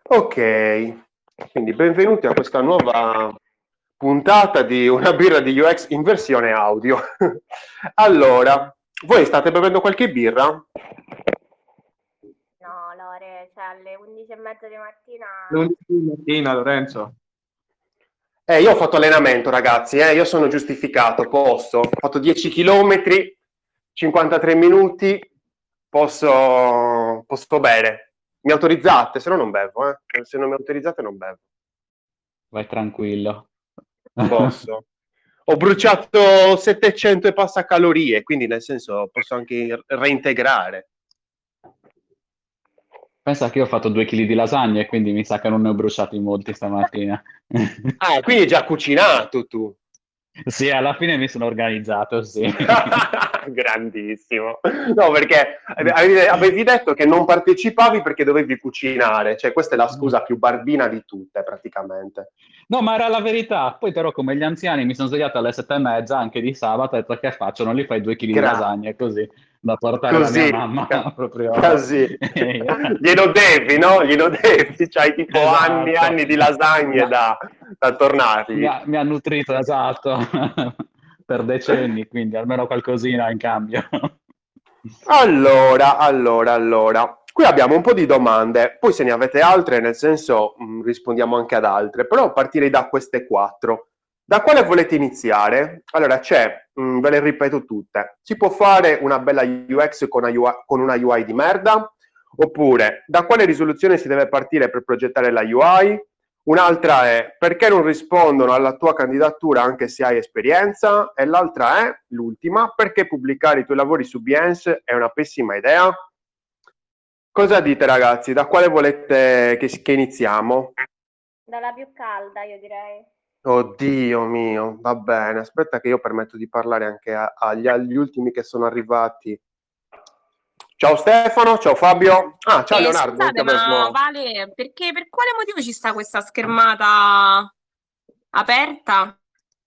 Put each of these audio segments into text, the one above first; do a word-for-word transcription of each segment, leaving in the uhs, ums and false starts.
Ok, quindi benvenuti a questa nuova puntata di una birra di U X in versione audio. Allora, voi state bevendo qualche birra? No, Lore, cioè alle undici e mezza di mattina. Lunedì mattina, Lorenzo. Eh, io ho fatto allenamento, ragazzi, eh, io sono giustificato, posso. Ho fatto dieci chilometri, cinquantatré minuti, posso, posso bere. Mi autorizzate? Se no non bevo, eh. Se non mi autorizzate non bevo. Vai tranquillo. Posso. Ho bruciato settecento e passa calorie, quindi nel senso posso anche reintegrare. Pensa che io ho fatto due chili di lasagne e quindi mi sa che non ne ho bruciati molti stamattina. Ah, quindi hai già cucinato tu. Sì, alla fine mi sono organizzato, sì. Grandissimo. No, perché avevi, avevi detto che non partecipavi perché dovevi cucinare, cioè questa è la scusa più barbina di tutte, praticamente. No, ma era la verità. Poi però come gli anziani mi sono svegliato alle sette e mezza anche di sabato e ho detto che faccio? Non li fai due chili di Gra- lasagne così da portare alla mia Così, mamma ca- proprio. così. Glielo devi, no? Glielo devi, c'hai tipo anni e Esatto. anni di Mi lasagne ha, da, da mi tornargli. ha- mi ha nutrito, esatto, per decenni, quindi almeno qualcosina in cambio. Allora, allora, allora, qui abbiamo un po' di domande, poi se ne avete altre, nel senso, mh, rispondiamo anche ad altre, però partirei da queste quattro. Da quale volete iniziare? Allora, c'è, mh, ve le ripeto tutte, si può fare una bella U X con una U I, con una U I di merda? Oppure, da quale risoluzione si deve partire per progettare la U I? Un'altra è perché non rispondono alla tua candidatura anche se hai esperienza? E l'altra è, l'ultima, perché pubblicare i tuoi lavori su Behance è una pessima idea? Cosa dite ragazzi? Da quale volete che, che iniziamo? Dalla più calda, io direi. Oddio mio, va bene, aspetta che io permetto di parlare anche a- agli, agli ultimi che sono arrivati. Ciao Stefano, ciao Fabio. Ah, ciao Eh, Leonardo, non ti scusate, ma avevo... Vale, perché per quale motivo ci sta questa schermata aperta?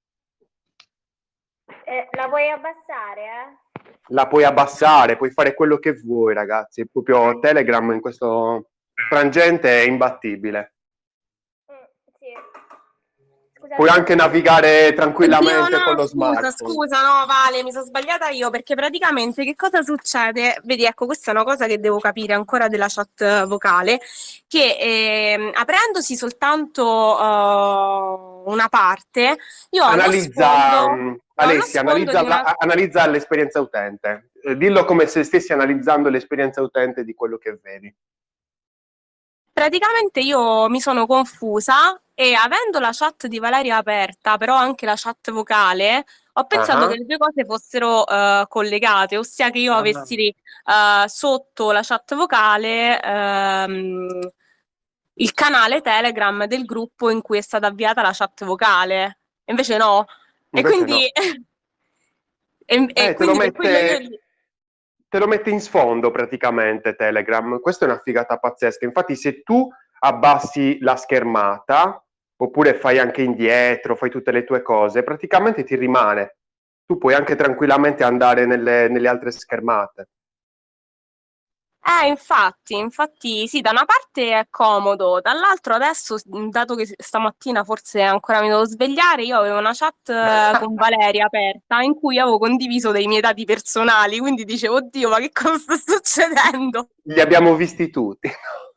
Eh, la vuoi abbassare, eh? La puoi abbassare, puoi fare quello che vuoi, ragazzi. Proprio Telegram in questo frangente è imbattibile. Mm, sì. Scusate, Puoi anche navigare Oddio, tranquillamente con no, lo scusa, smartphone. scusa, no, Vale, mi sono sbagliata io perché praticamente che cosa succede? Vedi, ecco, questa è una cosa che devo capire ancora della chat vocale, che ehm, aprendosi soltanto uh, una parte, io ho lo Analizza, sfondo, mh, ho lo Alessia, sfondo analizza, di la- una. analizza l'esperienza utente. Eh, dillo come se stessi analizzando l'esperienza utente di quello che vedi. Praticamente io mi sono confusa e avendo la chat di Valeria aperta, però anche la chat vocale, ho pensato che Ah, le due cose fossero eh, collegate, ossia che io ah. avessi eh, sotto la chat vocale ehm, il canale Telegram del gruppo in cui è stata avviata la chat vocale. E invece no. E Invece quindi, no. e, e Eh, te lo quindi per quello io. mette, te lo mette in sfondo praticamente Telegram. Questa è una figata pazzesca. Infatti, se tu abbassi la schermata, oppure fai anche indietro, fai tutte le tue cose, praticamente ti rimane. Tu puoi anche tranquillamente andare nelle, nelle altre schermate. Eh, infatti, infatti sì, da una parte è comodo, dall'altro adesso, dato che stamattina forse ancora mi devo svegliare, io avevo una chat eh, con Valeria aperta in cui avevo condiviso dei miei dati personali, quindi dicevo, oddio, ma che cosa sta succedendo? Li abbiamo visti tutti.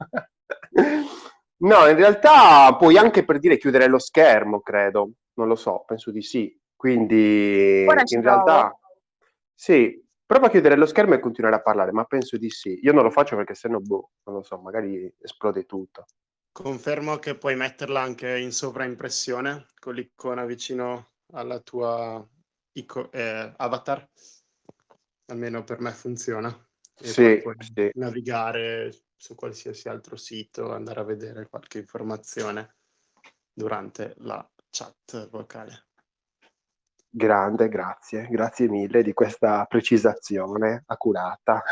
No, in realtà puoi anche per dire chiudere lo schermo, credo. Non lo so, penso di sì. Ora Quindi ci in provo. realtà sì, prova a chiudere lo schermo e continuare a parlare, ma penso di sì. Io non lo faccio perché sennò, boh, non lo so, magari esplode tutto. Confermo che puoi metterla anche in sovraimpressione con l'icona vicino alla tua ico- eh, avatar. Almeno per me funziona. E poi Sì, puoi sì. navigare su qualsiasi altro sito, andare a vedere qualche informazione durante la chat vocale. Grande, grazie, grazie mille di questa precisazione accurata.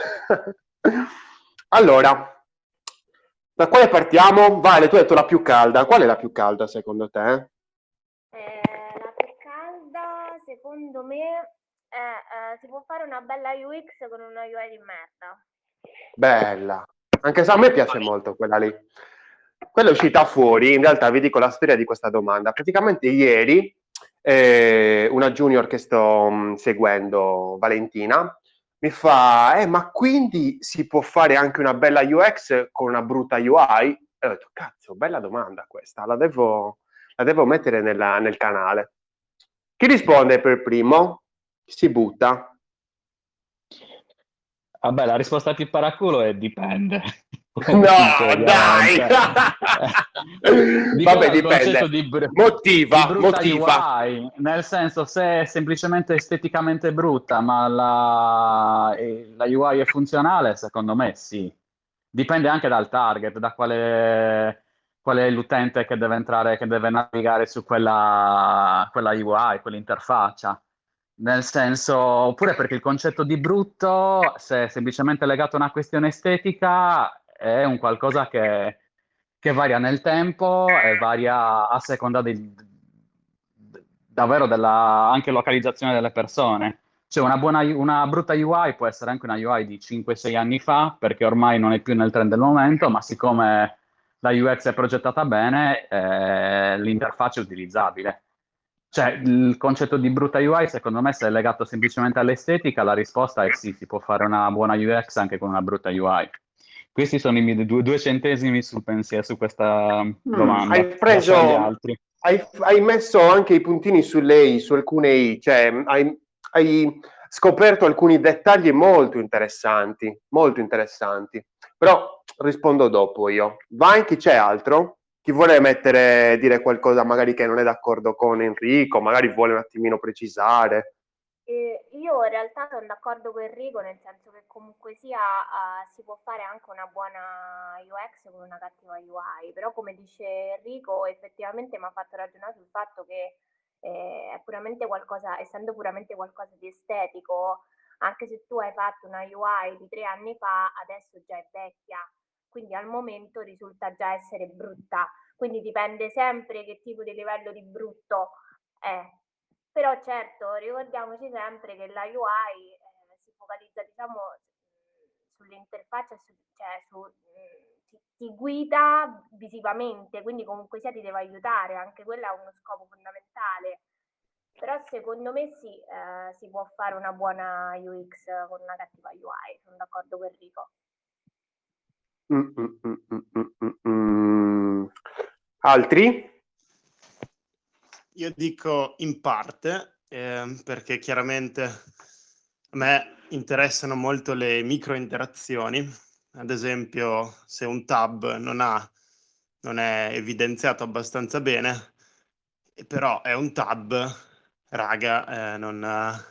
Allora, da quale partiamo? Vale, tu hai detto la più calda. Qual è la più calda secondo te? Eh, la più calda, secondo me, è, eh, si può fare una bella U X con una U I di merda. Bella. Anche se a me piace molto quella lì. quella è uscita fuori, in realtà vi dico la storia di questa domanda. Praticamente ieri eh, una junior che sto mh, seguendo, Valentina, mi fa, eh, ma quindi si può fare anche una bella U X con una brutta U I? E ho detto, cazzo, bella domanda questa, la devo, la devo mettere nella- nel canale. Chi risponde per primo? Chi si butta? Vabbè, la risposta più paraculo è dipende. No, dai! Sinceramente. Dipende Vabbè, dal concetto dipende. di, br- di Motiva, brutta motiva. U I, nel senso se è semplicemente esteticamente brutta, ma la, eh, la U I è funzionale, secondo me sì. Dipende anche dal target, da quale, qual è l'utente che deve entrare, che deve navigare su quella, quella U I, quell'interfaccia. Nel senso, oppure perché il concetto di brutto, se è semplicemente legato a una questione estetica, è un qualcosa che, che varia nel tempo e varia a seconda di, davvero della anche localizzazione delle persone. Cioè una buona, una brutta U I può essere anche una U I di cinque sei anni fa, perché ormai non è più nel trend del momento, ma siccome la U X è progettata bene, eh, l'interfaccia è utilizzabile. Cioè, il concetto di brutta U I, secondo me, se è legato semplicemente all'estetica, la risposta è sì, si può fare una buona U X anche con una brutta U I. Questi sono i miei due, due centesimi sul pensiero su questa Mm, domanda. hai Lascio agli preso, altri. hai, hai messo anche i puntini sulle i, su alcune i, cioè hai, hai scoperto alcuni dettagli molto interessanti, molto interessanti. Però rispondo dopo io. Vai, chi c'è altro? Chi vuole mettere, dire qualcosa magari che non è d'accordo con Enrico, magari vuole un attimino precisare. Eh, io in realtà sono d'accordo con Enrico, nel senso che comunque sia eh, si può fare anche una buona U X con una cattiva U I, però come dice Enrico effettivamente mi ha fatto ragionare sul fatto che eh, è puramente qualcosa, essendo puramente qualcosa di estetico, anche se tu hai fatto una U I di tre anni fa, adesso già è vecchia, quindi al momento risulta già essere brutta, quindi dipende sempre che tipo di livello di brutto è. Però certo, ricordiamoci sempre che la U I eh, si focalizza, diciamo, sull'interfaccia, su, cioè su, mh, ti, ti guida visivamente, quindi comunque sia ti deve aiutare, anche quello ha uno scopo fondamentale. Però secondo me sì, eh, si può fare una buona U X con una cattiva U I, sono d'accordo con Enrico. Mm, mm, mm, mm, mm, mm. Altri? Io dico in parte, eh, perché chiaramente a me interessano molto le micro interazioni. Ad esempio, se un tab non ha, non è evidenziato abbastanza bene, però è un tab, raga, eh, non ha,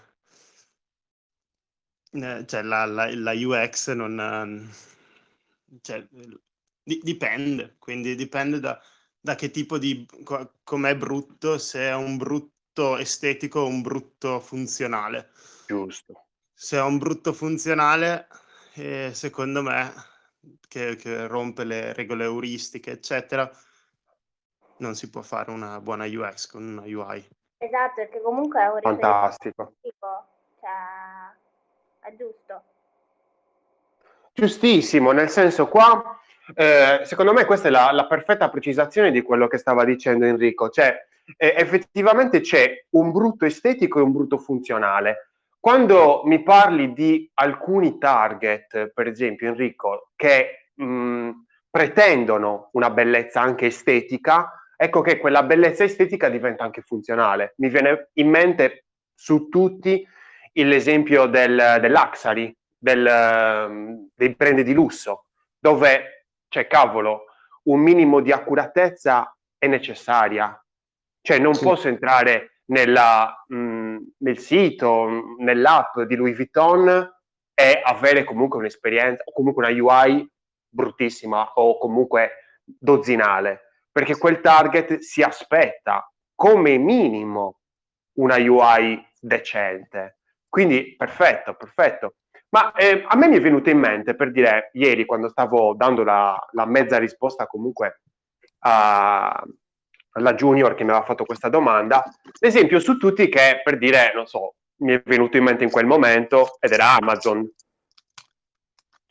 eh, cioè la, la, la U X non, cioè, di, dipende, quindi dipende da, da che tipo di, co- com'è brutto, se è un brutto estetico o un brutto funzionale. Giusto. Se è un brutto funzionale, eh, secondo me, che, che rompe le regole euristiche, eccetera, non si può fare una buona U X con una U I. Esatto, perché comunque è un Fantastico. riferimento, cioè è giusto. Giustissimo, nel senso qua, eh, secondo me questa è la, la perfetta precisazione di quello che stava dicendo Enrico, cioè eh, effettivamente c'è un brutto estetico e un brutto funzionale. Quando mi parli di alcuni target, per esempio Enrico, che mh, pretendono una bellezza anche estetica, ecco che quella bellezza estetica diventa anche funzionale. Mi viene in mente su tutti l'esempio del, dell'Axari, del, dei brand di lusso, dove, cioè, cavolo, un minimo di accuratezza è necessaria. Cioè, non Sì. posso entrare nella, mh, nel sito, nell'app di Louis Vuitton e avere comunque un'esperienza, o comunque una U I bruttissima o comunque dozzinale, perché quel target si aspetta come minimo una U I decente. Quindi perfetto, perfetto. Ma eh, a me mi è venuto in mente, per dire, ieri quando stavo dando la, la mezza risposta comunque a, alla junior che mi aveva fatto questa domanda, l'esempio su tutti che, per dire, non so, mi è venuto in mente in quel momento ed era Amazon.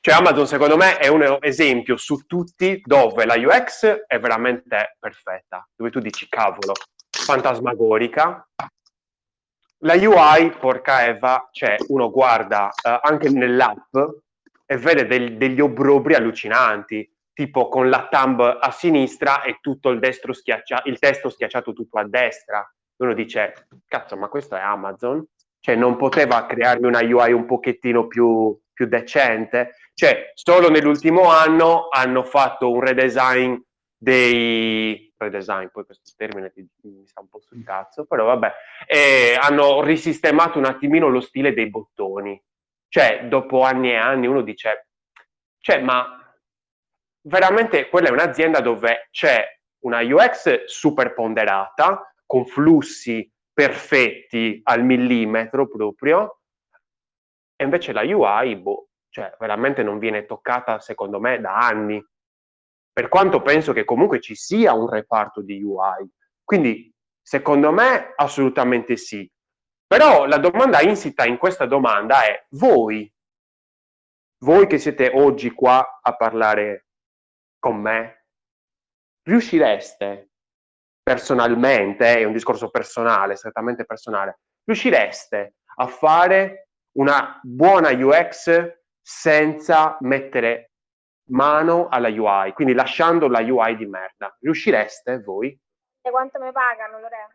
Cioè Amazon secondo me è un esempio su tutti dove la U X è veramente perfetta, dove tu dici cavolo, fantasmagorica. La U I, porca Eva, cioè uno guarda eh, anche nell'app e vede del- degli obbrobri allucinanti, tipo con la thumb a sinistra e tutto il, destro schiaccia- il testo schiacciato tutto a destra. Uno dice, cazzo, ma questo è Amazon? Cioè non poteva crearmi una U I un pochettino più, più decente? Cioè, solo nell'ultimo anno hanno fatto un redesign dei redesign, poi questo termine ti- mi sta un po' sul cazzo, però vabbè, e hanno risistemato un attimino lo stile dei bottoni. Cioè, dopo anni e anni uno dice, cioè, ma veramente quella è un'azienda dove c'è una U X super ponderata, con flussi perfetti al millimetro proprio, e invece la U I, boh, cioè, veramente non viene toccata, secondo me, da anni. Per quanto penso che comunque ci sia un reparto di U I. Quindi, secondo me, assolutamente sì. Però la domanda insita in questa domanda è: voi, voi che siete oggi qua a parlare con me, riuscireste personalmente, è un discorso personale, strettamente personale, riuscireste a fare una buona U X senza mettere mano alla U I, quindi lasciando la U I di merda? Riuscireste voi? E quanto mi pagano, Lore?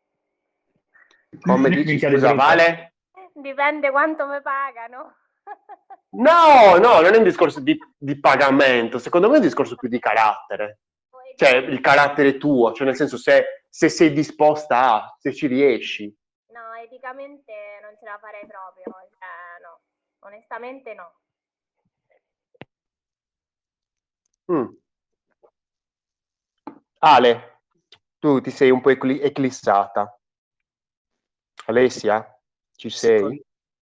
Come dici, Minchia di scusa, brutta. Vale? Dipende quanto mi pagano. No, no, non è un discorso di, di pagamento, secondo me è un discorso più di carattere. Cioè, il carattere tuo, cioè nel senso se, se sei disposta a, se ci riesci. No, eticamente non ce la farei proprio, cioè no, onestamente no. Mm. Ale, tu ti sei un po' ecli- eclissata. Alessia, ci Secondo- sei?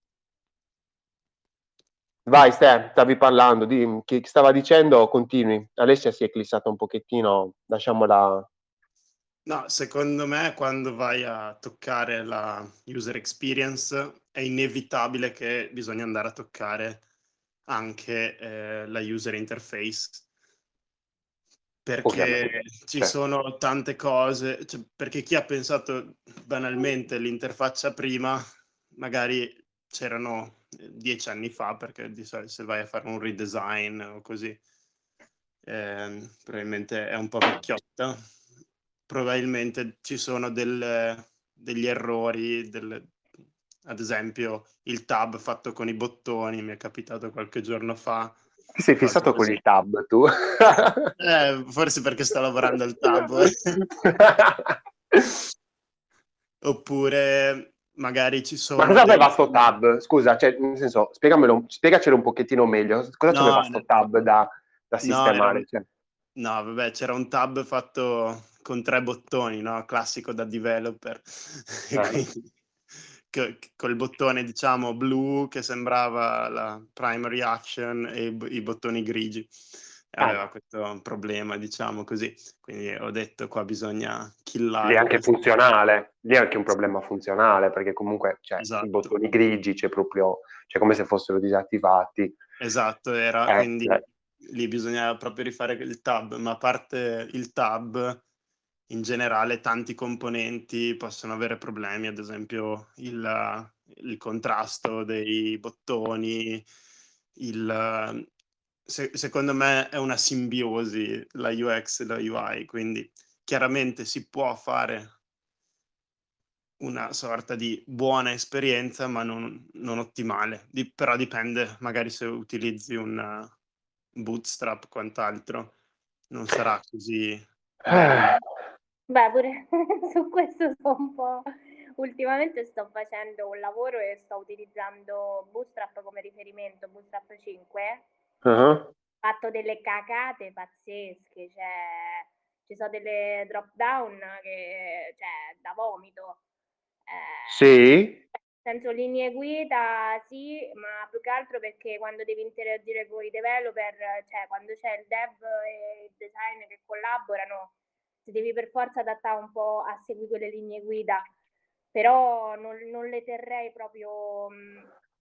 Vai, Ste, stavi parlando, di, chi stava dicendo, continui. Alessia si è eclissata un pochettino, lasciamola. No, secondo me quando vai a toccare la user experience è inevitabile che bisogna andare a toccare anche eh, la user interface, perché Ovviamente, ci certo. sono tante cose, cioè, perché chi ha pensato banalmente l'interfaccia prima, magari c'erano eh, dieci anni fa, perché di solito se vai a fare un redesign o così, eh, probabilmente è un po' vecchiotta, probabilmente ci sono del, degli errori, del, ad esempio il tab fatto con i bottoni, mi è capitato qualche giorno fa. Ti sei Cose fissato con così. il tab, tu? Eh, forse perché sto lavorando al tab. Oppure magari ci Ma sono cosa aveva dei... sto tab? Scusa, cioè, nel senso, spiegamelo, spiegacelo un pochettino meglio. Cosa No, c'aveva sto tab da, da no, era un... sistemare? Cioè, no, vabbè, c'era un tab fatto con tre bottoni, no? Classico da developer. E eh. quindi co- col bottone, diciamo, blu che sembrava la primary action e i, b- i bottoni grigi. E Ah, aveva no. questo problema, diciamo così. Quindi ho detto qua bisogna Lì è killare anche questo. funzionale, lì è anche un problema funzionale, perché comunque cioè, i Esatto. bottoni grigi c'è proprio, cioè come se fossero disattivati. Esatto, era Eh, quindi eh. lì bisognava proprio rifare il tab, ma a parte il tab, in generale tanti componenti possono avere problemi, ad esempio il, il contrasto dei bottoni, il, se- secondo me è una simbiosi la U X e la U I, quindi chiaramente si può fare una sorta di buona esperienza, ma non, non ottimale. Di- però dipende, magari se utilizzi un uh, Bootstrap o quant'altro, non sarà così bello. Eh, Beh, pure su questo sto un po'... Ultimamente sto facendo un lavoro e sto utilizzando Bootstrap come riferimento, Bootstrap cinque. uh-huh. Ho fatto delle cacate pazzesche, cioè ci sono delle drop down che, cioè, da vomito. Eh, Sì? senso linee guida, sì, ma più che altro perché quando devi interagire con i developer, cioè quando c'è il dev e il design che collaborano, ti devi per forza adattare un po' a seguire quelle linee guida, però non, non le terrei proprio mh,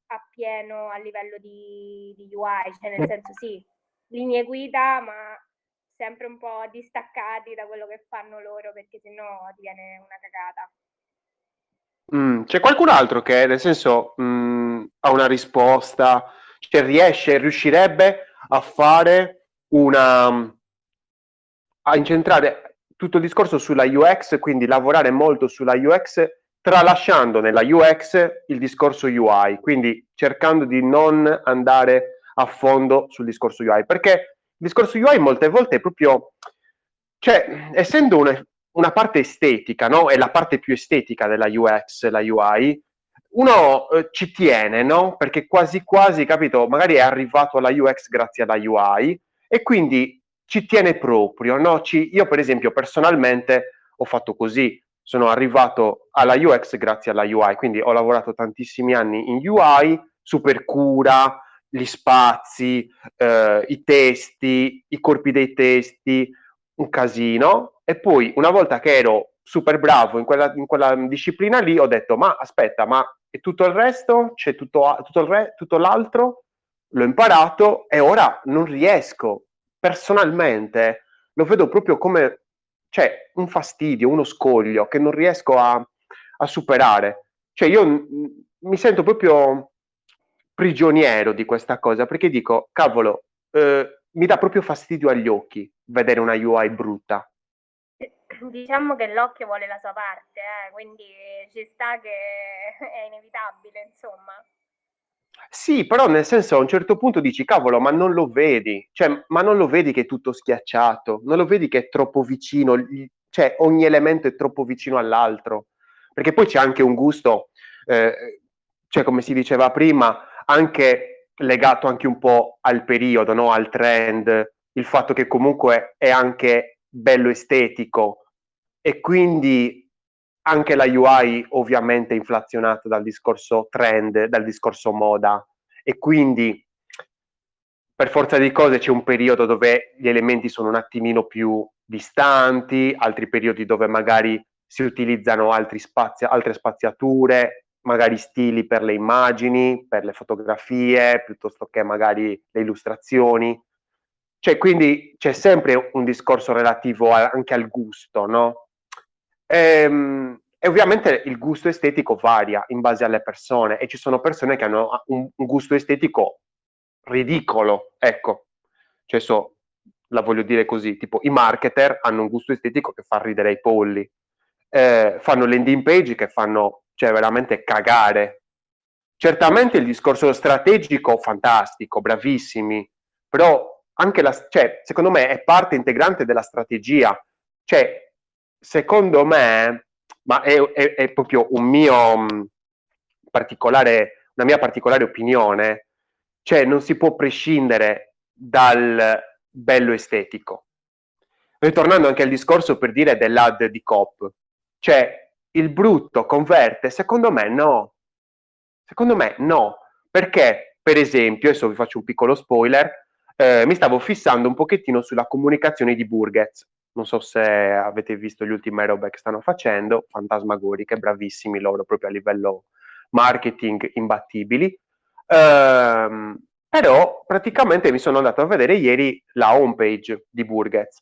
appieno a livello di, di U I, cioè nel senso sì, linee guida, ma sempre un po' distaccati da quello che fanno loro, perché sennò ti viene una cagata. Mm, c'è qualcun altro che, nel senso, mm, ha una risposta, cioè riesce, riuscirebbe a fare una, a incentrare tutto il discorso sulla U X, quindi lavorare molto sulla U X, tralasciando nella U X il discorso U I, quindi cercando di non andare a fondo sul discorso U I, perché il discorso U I molte volte è proprio, cioè, essendo una, una parte estetica, no? È la parte più estetica della U X, la U I, uno eh, ci tiene, no? Perché quasi quasi, capito, magari è arrivato alla U X grazie alla U I e quindi ci tiene proprio, no? Ci, io per esempio personalmente ho fatto così, sono arrivato alla U X grazie alla U I, quindi ho lavorato tantissimi anni in U I, super cura, gli spazi, eh, i testi, i corpi dei testi, un casino, e poi una volta che ero super bravo in quella, in quella disciplina lì ho detto ma aspetta, ma e tutto il resto? C'è tutto, tutto, il re, tutto l'altro? L'ho imparato e ora non riesco, personalmente lo vedo proprio come, cioè, un fastidio, uno scoglio che non riesco a, a superare. Cioè io m, mi sento proprio prigioniero di questa cosa perché dico, cavolo, eh, mi dà proprio fastidio agli occhi vedere una U I brutta. Diciamo che l'occhio vuole la sua parte, eh, quindi ci sta che è inevitabile, insomma. Sì, però nel senso a un certo punto dici, cavolo, ma non lo vedi, cioè, ma non lo vedi che è tutto schiacciato, non lo vedi che è troppo vicino, cioè ogni elemento è troppo vicino all'altro, perché poi c'è anche un gusto, eh, cioè come si diceva prima, anche legato anche un po' al periodo, no? Al trend, il fatto che comunque è anche bello estetico e quindi anche la U I ovviamente è inflazionata dal discorso trend, dal discorso moda e quindi per forza di cose c'è un periodo dove gli elementi sono un attimino più distanti, altri periodi dove magari si utilizzano altri spazi, altre spaziature, magari stili per le immagini, per le fotografie, piuttosto che magari le illustrazioni. Cioè, quindi c'è sempre un discorso relativo a, anche al gusto, no? Ehm, e ovviamente il gusto estetico varia in base alle persone e ci sono persone che hanno un, un gusto estetico ridicolo, ecco, cioè so, la voglio dire così, tipo i marketer hanno un gusto estetico che fa ridere i polli, eh, fanno landing page che fanno, cioè veramente cagare. Certamente il discorso strategico, fantastico, bravissimi, però anche la, cioè, secondo me è parte integrante della strategia, cioè, secondo me, ma è, è, è proprio un mio mh, particolare, una mia particolare opinione, cioè non si può prescindere dal bello estetico. Ritornando anche al discorso per dire dell'ad di Coop, cioè il brutto converte? Secondo me no. Secondo me no, perché per esempio, adesso vi faccio un piccolo spoiler, eh, mi stavo fissando un pochettino sulla comunicazione di Burgers. Non so se avete visto gli ultimi robe che stanno facendo, fantasmagoriche, bravissimi loro proprio a livello marketing, imbattibili. Ehm, però praticamente mi sono andato a vedere ieri la homepage di Burgers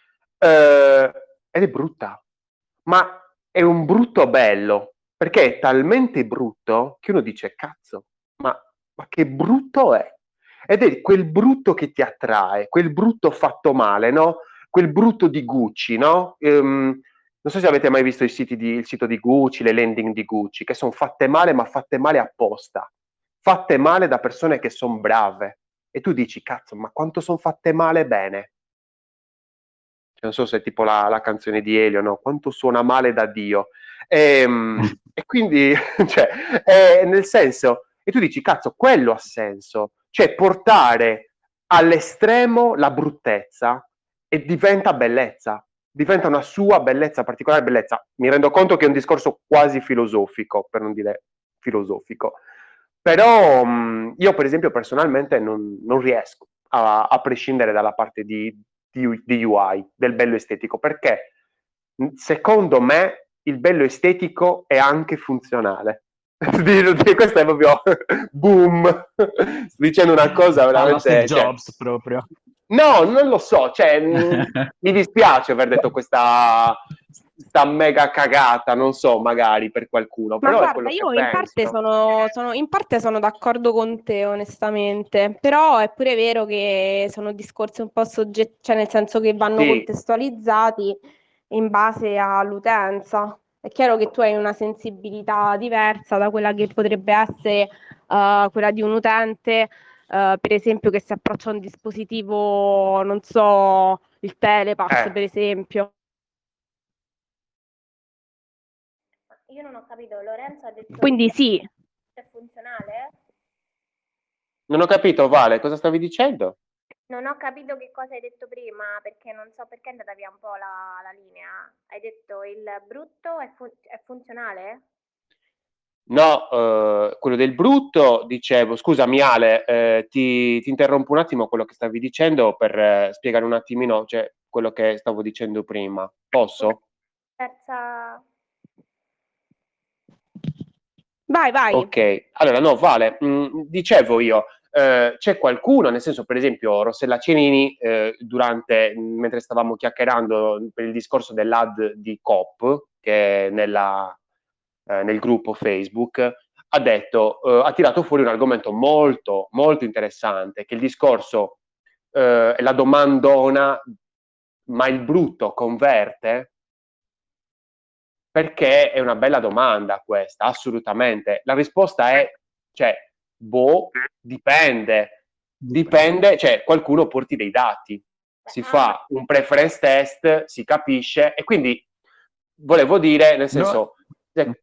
eh, ed è brutta, ma è un brutto bello, perché è talmente brutto che uno dice cazzo, ma, ma che brutto è? Ed è quel brutto che ti attrae, quel brutto fatto male, no? Quel brutto di Gucci, no? Ehm, non so se avete mai visto i siti di, il sito di Gucci, le landing di Gucci, che sono fatte male, ma fatte male apposta, fatte male da persone che sono brave. E tu dici, cazzo, ma quanto sono fatte male bene? Non so se è tipo la, la canzone di Elio, no? Quanto suona male da Dio. E, e quindi, cioè, è nel senso, e tu dici, cazzo, quello ha senso. Cioè, portare all'estremo la bruttezza e diventa bellezza, diventa una sua bellezza, particolare bellezza. Mi rendo conto che è un discorso quasi filosofico, per non dire filosofico. Però mh, io, per esempio, personalmente non, non riesco a, a prescindere dalla parte di, di, di U I, del bello estetico, perché secondo me il bello estetico è anche funzionale. di, di, questo è proprio boom, sto dicendo una cosa veramente... Steve Jobs, cioè, proprio. No, non lo so, cioè, mi dispiace aver detto questa, questa mega cagata, non so, magari per qualcuno, Ma però guarda, è quello io che in parte penso. sono, sono- in parte sono d'accordo con te, onestamente, però è pure vero che sono discorsi un po' soggetti, cioè nel senso che vanno Sì, contestualizzati in base all'utenza. È chiaro che tu hai una sensibilità diversa da quella che potrebbe essere eh, quella di un utente, eh, per esempio, che si approccia a un dispositivo, non so, il Telepass, eh. per esempio. Io non ho capito, Lorenzo ha detto Quindi che sì. è funzionale? Non ho capito, Vale, cosa stavi dicendo? Non ho capito che cosa hai detto prima, perché non so perché è andata via un po' la, la linea. Hai detto il brutto è, fu- è funzionale? No, eh, quello del brutto, dicevo, scusami Ale, eh, ti, ti interrompo un attimo quello che stavi dicendo per eh, spiegare un attimino, cioè, quello che stavo dicendo prima. Posso? Terza... Vai, vai. Ok, allora no, Vale, mh, dicevo io, eh, c'è qualcuno, nel senso per esempio Rossella Cienini, eh, durante, mentre stavamo chiacchierando per il discorso dell'ad di Coop, che è nella, eh, nel gruppo Facebook, ha detto, eh, ha tirato fuori un argomento molto, molto interessante, che il discorso, eh, la domandona, ma il brutto converte? Perché è una bella domanda questa, assolutamente. La risposta è, cioè, boh, dipende. Dipende, cioè, qualcuno porti dei dati, si fa un preference test, si capisce, e quindi volevo dire, nel No. senso, eh,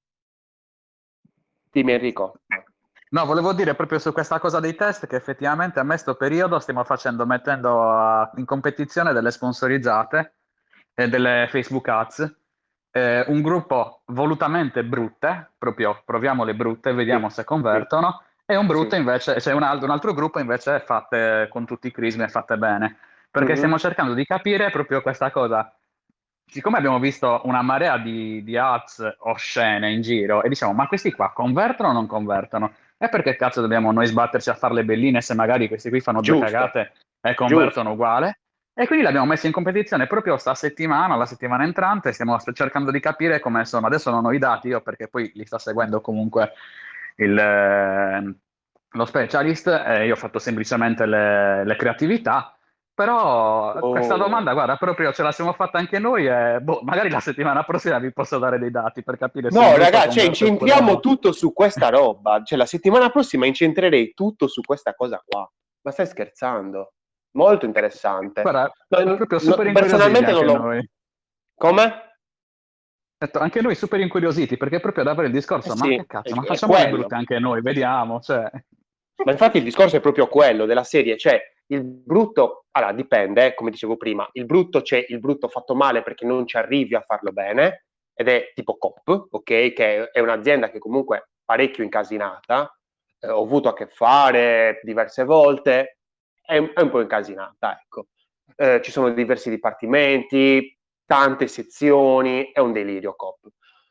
dimmi Enrico. No, volevo dire proprio su questa cosa dei test che effettivamente a me sto periodo stiamo facendo, mettendo uh, in competizione delle sponsorizzate e delle Facebook Ads, eh, un gruppo volutamente brutte, proprio proviamo le brutte e vediamo Sì, se sì, convertono, e un brutto sì. invece, c'è un, altro, un altro gruppo invece fatte con tutti i crismi e fatte bene, perché Mm-hmm. stiamo cercando di capire proprio questa cosa. Siccome abbiamo visto una marea di, di ads oscene in giro e diciamo, ma questi qua convertono o non convertono? E perché cazzo dobbiamo noi sbatterci a fare le belline se magari questi qui fanno due Giusto, cagate e convertono giusto. uguale? E quindi l'abbiamo messo in competizione proprio sta settimana, la settimana entrante, stiamo cercando di capire come sono. Adesso non ho i dati io perché poi li sta seguendo comunque il, eh, lo specialist e io ho fatto semplicemente le, le creatività. Però questa Oh. domanda, guarda, proprio ce la siamo fatta anche noi e boh, magari la settimana prossima vi posso dare dei dati per capire se un No, brutto ragazzi, cioè converte oppure incentriamo no. tutto su questa roba. Cioè, la settimana prossima incentrerei tutto su questa cosa qua. Ma stai scherzando? Molto interessante. Guarda, No, proprio no, super incuriositi personalmente non anche l'ho... noi. Come? Detto, anche noi super incuriositi, perché proprio ad avere il Eh discorso, ma sì, che è, cazzo, ma è facciamo le quello. brutte anche noi, vediamo, cioè. Ma infatti il discorso è proprio quello della serie, cioè il brutto, allora dipende, eh, come dicevo prima, il brutto c'è il brutto fatto male perché non ci arrivi a farlo bene, ed è tipo Coop, ok? Che è un'azienda che comunque è parecchio incasinata, eh, ho avuto a che fare diverse volte, è, è un po' incasinata, ecco. Eh, ci sono diversi dipartimenti, tante sezioni, è un delirio Coop.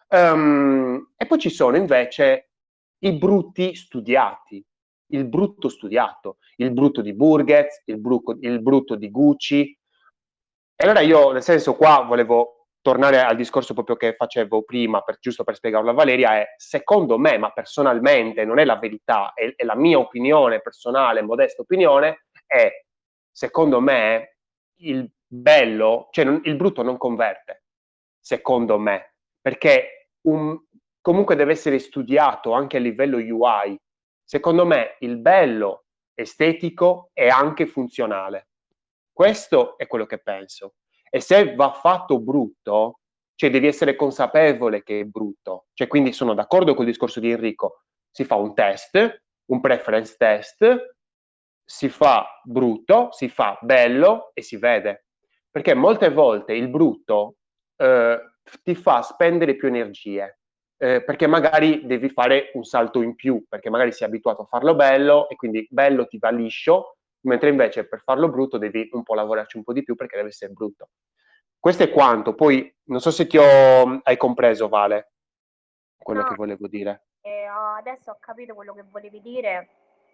Um, e poi ci sono invece i brutti studiati, il brutto studiato, il brutto di Burgess, il, bruco, il brutto di Gucci. E allora io, nel senso, qua volevo tornare al discorso proprio che facevo prima, per, giusto per spiegarlo a Valeria, è secondo me, ma personalmente non è la verità, è, è la mia opinione personale, modesta opinione, è secondo me il bello, cioè non, il brutto non converte, secondo me, perché un, comunque deve essere studiato anche a livello U I. Secondo me il bello estetico è anche funzionale. Questo è quello che penso. E se va fatto brutto, cioè devi essere consapevole che è brutto. Cioè, quindi sono d'accordo col discorso di Enrico. Si fa un test, un preference test, si fa brutto, si fa bello e si vede. Perché molte volte il brutto eh, ti fa spendere più energie, eh, perché magari devi fare un salto in più, perché magari sei abituato a farlo bello e quindi bello ti va liscio, mentre invece per farlo brutto devi un po' lavorarci un po' di più perché deve essere brutto. Questo è quanto. Poi non so se ti ho, hai compreso, Vale, quello No, che volevo dire. ho- adesso ho capito quello che volevi dire,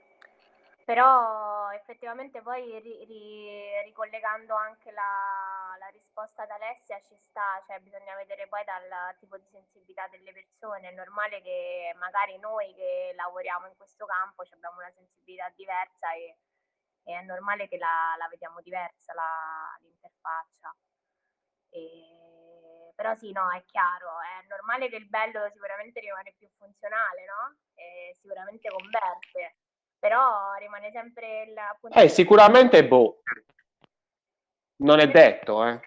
però effettivamente poi ri- ri- ricollegando anche la, la risposta ad Alessia ci sta, cioè bisogna vedere poi dal tipo di sensibilità delle persone. È normale che magari noi che lavoriamo in questo campo ci abbiamo una sensibilità diversa e, e è normale che la, la vediamo diversa la- l'interfaccia. E- Però sì, no, è chiaro, è normale che il bello sicuramente rimane più funzionale, no? E sicuramente converte, però rimane sempre il appunto. Eh, sicuramente, boh, non è detto, eh.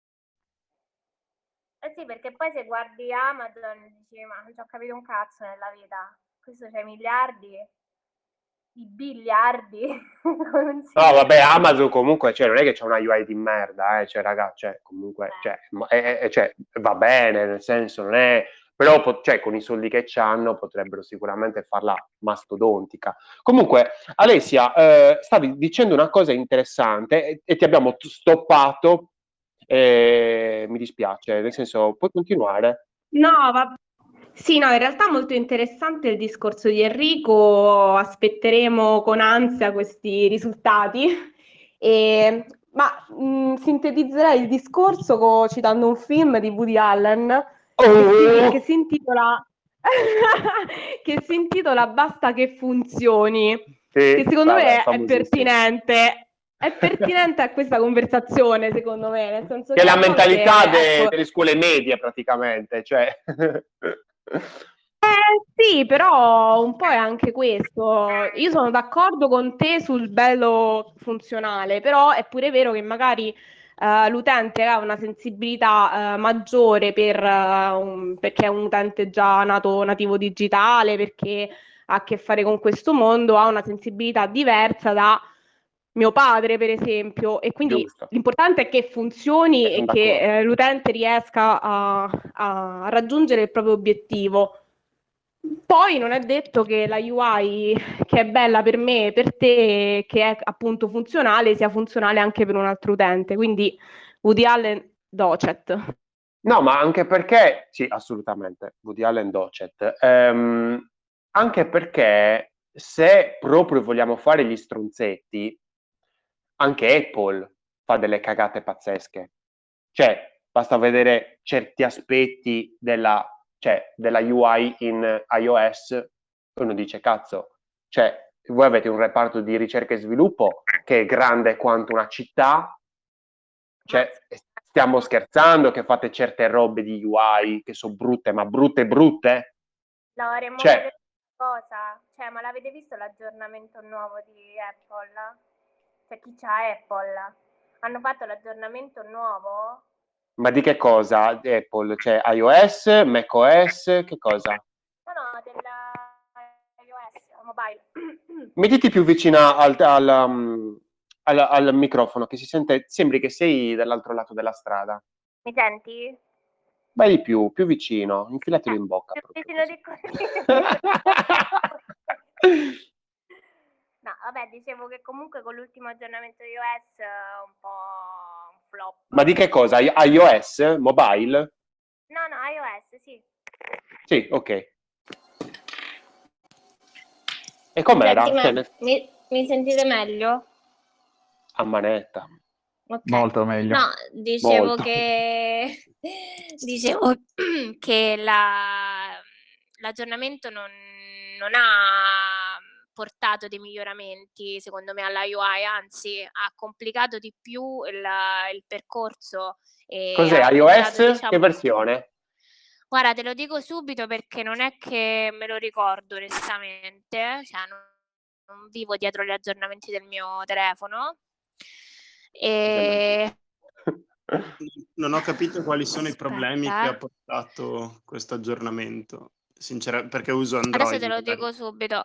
Eh sì, perché poi se guardi Amazon dici, ma non ci ho capito un cazzo nella vita, questo c'è miliardi, i biliardi. con No, sì. vabbè, Amazon comunque, cioè, non è che c'è una U I di merda, eh, cioè, raga, cioè, comunque, cioè, ma- è- è- cioè, va bene, nel senso, non è... Però, po- cioè, con i soldi che c'hanno potrebbero sicuramente farla mastodontica. Comunque, Alessia, eh, stavi dicendo una cosa interessante e, e ti abbiamo t- stoppato, e mi dispiace, nel senso, puoi continuare? No, va- sì, no, in realtà è molto interessante il discorso di Enrico, aspetteremo con ansia questi risultati. E- ma mh, sintetizzerei il discorso co- citando un film di Woody Allen che si, che Oh! si intitola che si intitola Basta che funzioni, che Sì, secondo vabbè, me è famosissimo. pertinente. È pertinente a questa conversazione, secondo me, nel senso Che è che la a volte, mentalità de- ecco, delle scuole medie praticamente, cioè. eh, sì, però un po' è anche questo. Io sono d'accordo con te sul bello funzionale, però è pure vero che magari eh, l'utente ha una sensibilità eh, maggiore per, eh, un- perché è un utente già nato nativo digitale, perché ha a che fare con questo mondo, ha una sensibilità diversa da mio padre, per esempio, e quindi Giusto, l'importante è che funzioni eh, sono e che d'accordo. eh, l'utente riesca a a raggiungere il proprio obiettivo. Poi non è detto che la U I che è bella per me e per te, che è appunto funzionale, sia funzionale anche per un altro utente. Quindi Woody Allen docet. No, ma anche perché, sì, assolutamente, Woody Allen docet. Ehm, anche perché se proprio vogliamo fare gli stronzetti, anche Apple fa delle cagate pazzesche. Cioè, basta vedere certi aspetti della, cioè, della U I in iOS e uno dice, cazzo, cioè, voi avete un reparto di ricerca e sviluppo che è grande quanto una città, cioè, stiamo scherzando che fate certe robe di U I che sono brutte, ma brutte brutte? La vorremmo Cioè, vedere cosa? Cioè, ma l'avete visto l'aggiornamento nuovo di Apple? Cioè, chi c'ha Apple? Hanno fatto l'aggiornamento nuovo? ma di che cosa? Apple, cioè iOS, macOS, che cosa? No, no, della iOS mobile. Mettiti più vicina al, al, um, al- al microfono, che si sente, sembri che sei dall'altro lato della strada. Mi senti? Vai di più, più vicino, infilatelo Eh, in bocca più proprio vicino così. di così. No, vabbè, dicevo che comunque con l'ultimo aggiornamento iOS è un po' un flop. Ma di che cosa? I- iOS? Mobile? No, no, iOS, sì. Sì, ok. E Mi, com'era? senti Cioè, me- nel- mi- mi sentite meglio? a manetta, Ok. Molto meglio. No, dicevo molto. che dicevo che la- l'aggiornamento non, non ha portato dei miglioramenti, secondo me, alla U I, anzi ha complicato di più il, il percorso e Cos'è ha iOS? portato, Che diciamo, versione? guarda, te lo dico subito perché non è che me lo ricordo onestamente, cioè non, non vivo dietro gli aggiornamenti del mio telefono. E... Non ho capito quali sono i Aspetta, problemi che ha eh. portato questo aggiornamento, sinceramente, perché uso Adesso Android. te lo magari. dico subito.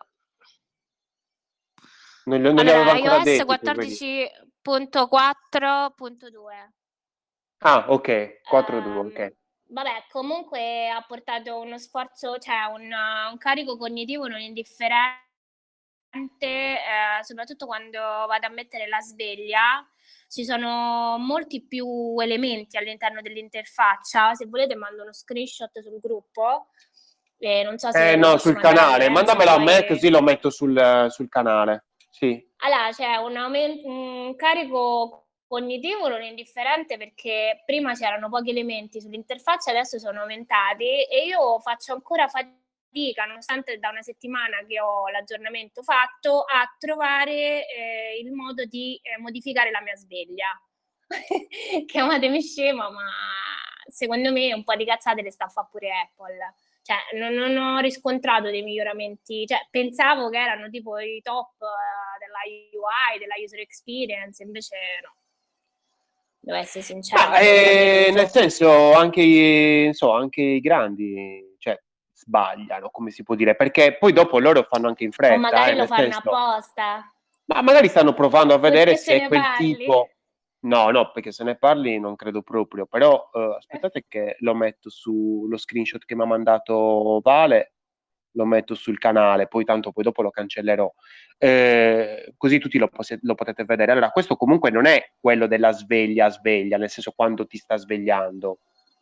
Non, li- non li aveva Allora, ancora iOS detti, quindi. quattordici punto quattro punto due. Ah, ok, quattro due, Ehm, ok. vabbè, comunque ha portato uno sforzo, cioè un, un carico cognitivo non indifferente, eh, soprattutto quando vado a mettere la sveglia. Ci sono molti più elementi all'interno dell'interfaccia. Se volete mando uno screenshot sul gruppo. E non so se Eh lo no, posso sul mandare a canale, Lorenzo, mandamelo a me poi... così lo metto sul, sul canale. Sì. Allora, c'è un, aumen- un carico cognitivo non indifferente perché prima c'erano pochi elementi sull'interfaccia, adesso sono aumentati e io faccio ancora fatica, nonostante da una settimana che ho l'aggiornamento fatto, a trovare eh, il modo di eh, modificare la mia sveglia. Chiamatemi scema, ma secondo me un po' di cazzate le sta a fare pure Apple. Cioè, non, non ho riscontrato dei miglioramenti, cioè, pensavo che erano tipo i top uh, della U I, della user experience, invece no. Devo essere sincera. Ma eh, nel senso, anche i, so, anche i grandi, cioè, sbagliano, come si può dire, perché poi dopo loro fanno anche in O fretta, magari eh, lo nel fanno senso, apposta. ma magari stanno provando a vedere Perché se se ne quel parli? tipo. No, no, perché se ne parli non credo proprio, però eh, aspettate che lo metto su lo screenshot che mi ha mandato Vale, lo metto sul canale, poi tanto poi dopo lo cancellerò, eh, così tutti lo, poss- lo potete vedere. Allora, questo comunque non è quello della sveglia sveglia, nel senso quando ti sta svegliando.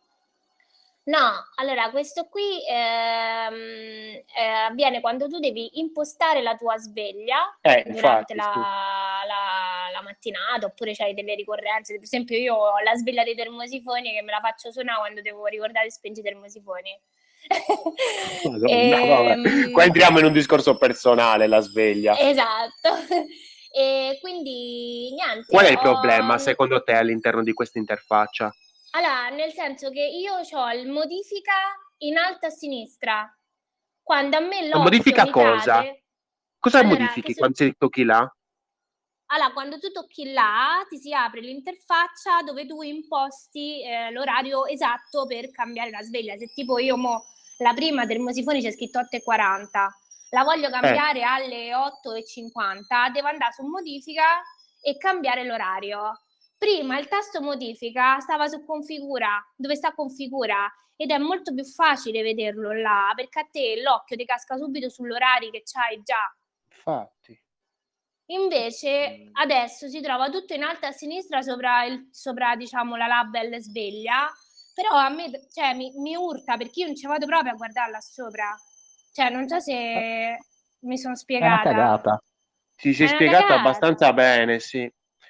No, allora questo qui ehm, eh, avviene quando tu devi impostare la tua sveglia Eh, durante infatti, la, sì. la- la mattinata, oppure c'hai delle ricorrenze. Per esempio, io ho la sveglia dei termosifoni che me la faccio suonare quando devo ricordare di spengere i termosifoni. Madonna, vabbè. Qua Ehm, entriamo in un discorso personale, la sveglia. esatto. E quindi Qual niente, è il problema, ho... secondo te, all'interno di questa interfaccia? Allora, nel senso che io ho il modifica in alto a sinistra. Quando a me Ma l'occhio modifica mi cosa? cade, Cosa allora, che modifichi quando succede? si tocchi là? Allora, quando tu tocchi là, ti si apre l'interfaccia dove tu imposti eh, l'orario esatto per cambiare la sveglia. Se tipo io mo, la prima del Mosifoni c'è scritto otto e quaranta, la voglio Eh, cambiare alle otto e cinquanta, devo andare su modifica e cambiare l'orario. Prima il tasto modifica stava su configura, dove sta configura, ed è molto più facile vederlo là, perché a te l'occhio ti casca subito sull'orario che c'hai già. infatti. Invece adesso si trova tutto in alto a sinistra sopra, il, sopra diciamo, la label sveglia, però a me cioè, mi, mi urta perché io non ci vado proprio a guardarla sopra. Cioè, non so se mi sono È una spiegata. cagata. Ti È sei una spiegato cagata. abbastanza bene, sì.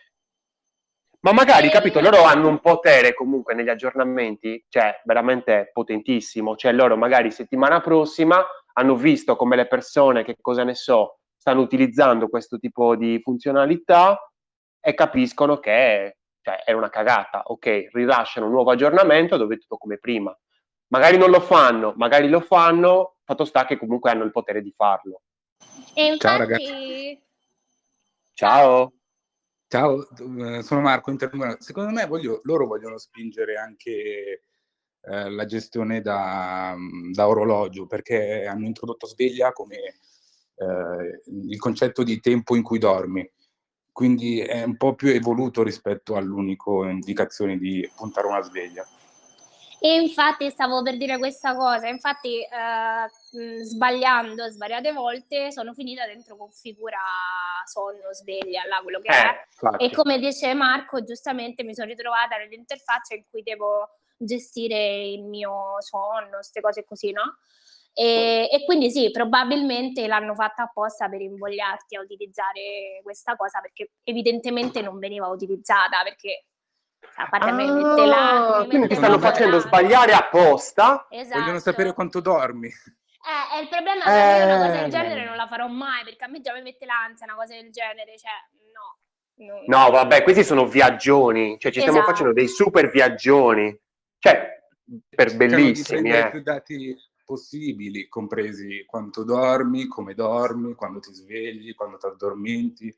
Ma magari, E capito, loro niente. hanno un potere comunque negli aggiornamenti, cioè veramente potentissimo. Cioè loro magari settimana prossima hanno visto come le persone, che cosa ne so, stanno utilizzando questo tipo di funzionalità e capiscono che cioè, è una cagata. Ok, rilasciano un nuovo aggiornamento dove è tutto come prima. Magari non lo fanno, magari lo fanno, fatto sta che comunque hanno il potere di farlo. E Ciao ragazzi. infatti... Ciao. Ciao, eh, sono Marco. intervengo. Secondo me voglio- loro vogliono spingere anche eh, la gestione da, da orologio, perché hanno introdotto sveglia come eh, il concetto di tempo in cui dormi. Quindi è un po' più evoluto rispetto all'unico indicazione di puntare una sveglia. E infatti stavo per dire questa cosa, infatti eh, mh, sbagliando svariate volte sono finita dentro configura sonno, sveglia, là quello che è. Eh, infatti. E come dice Marco, giustamente mi sono ritrovata nell'interfaccia in cui devo gestire il mio sonno, queste cose così, no? E, e quindi sì, probabilmente l'hanno fatta apposta per invogliarti a utilizzare questa cosa, perché evidentemente non veniva utilizzata, perché a parte a me mi mette la, Ah, mi quindi ti mette stanno Secondo me proprio facendo l'ansia. sbagliare apposta. vogliono sapere Esatto. quanto dormi. Eh, e il problema è che io una cosa del Eh. genere non la farò mai, perché a me già mi mette l'ansia una cosa del genere, cioè no. non- No, vabbè, questi sono viaggioni, cioè ci stiamo facendo dei Esatto. super viaggioni, cioè per Cercano di bellissimi, prendere eh. più dati possibili, compresi quanto dormi, come dormi, quando ti svegli, quando ti addormenti.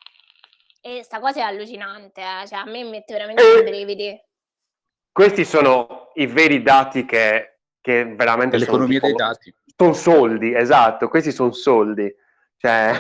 E sta cosa è allucinante, eh. Cioè a me mi mette veramente i E brividi. questi sono i veri dati che, che veramente sono Dell'economia tipo, dei dati. sono soldi, esatto, questi sono soldi. Cioè,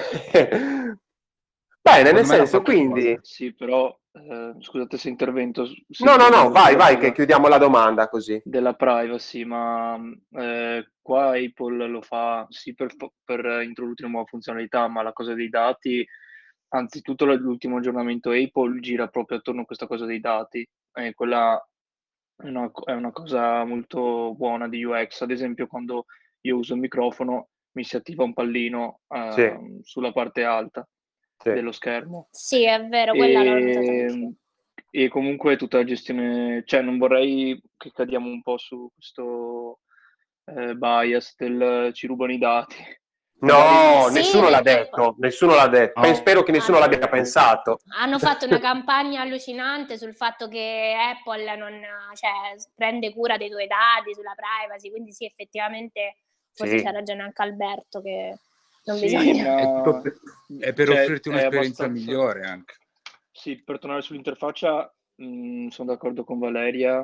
bene, nel Secondo me l'hanno senso, fatto quindi... apposta. Sì, però eh, scusate se intervento, se No, no, no, intervengo vai, sulla vai, che cosa chiudiamo la domanda così. della privacy, ma eh, qua Apple lo fa sì per, per introdurre una nuova funzionalità, ma la cosa dei dati, anzitutto l'ultimo aggiornamento Apple gira proprio attorno a questa cosa dei dati, e quella è una, è una cosa molto buona di U X. Ad esempio, quando io uso il microfono, mi si attiva un pallino uh, Sì. sulla parte alta Sì. dello schermo. Sì, è vero, quella l'ho notata anch'io. E, e comunque tutta la gestione, cioè non vorrei che cadiamo un po' su questo eh, bias del ci rubano i dati. No, Sì, nessuno l'ha perché detto, nessuno l'ha detto. No. Spero che nessuno l'abbia pensato. hanno fatto una campagna allucinante sul fatto che Apple non, cioè, prende cura dei tuoi dati, sulla privacy, quindi sì, effettivamente forse Sì. c'ha ragione anche Alberto che non Sì, bisogna... È, ma tutto per, è per cioè, offrirti è un'esperienza abbastanza- migliore anche. Sì, per tornare sull'interfaccia, mh, sono d'accordo con Valeria,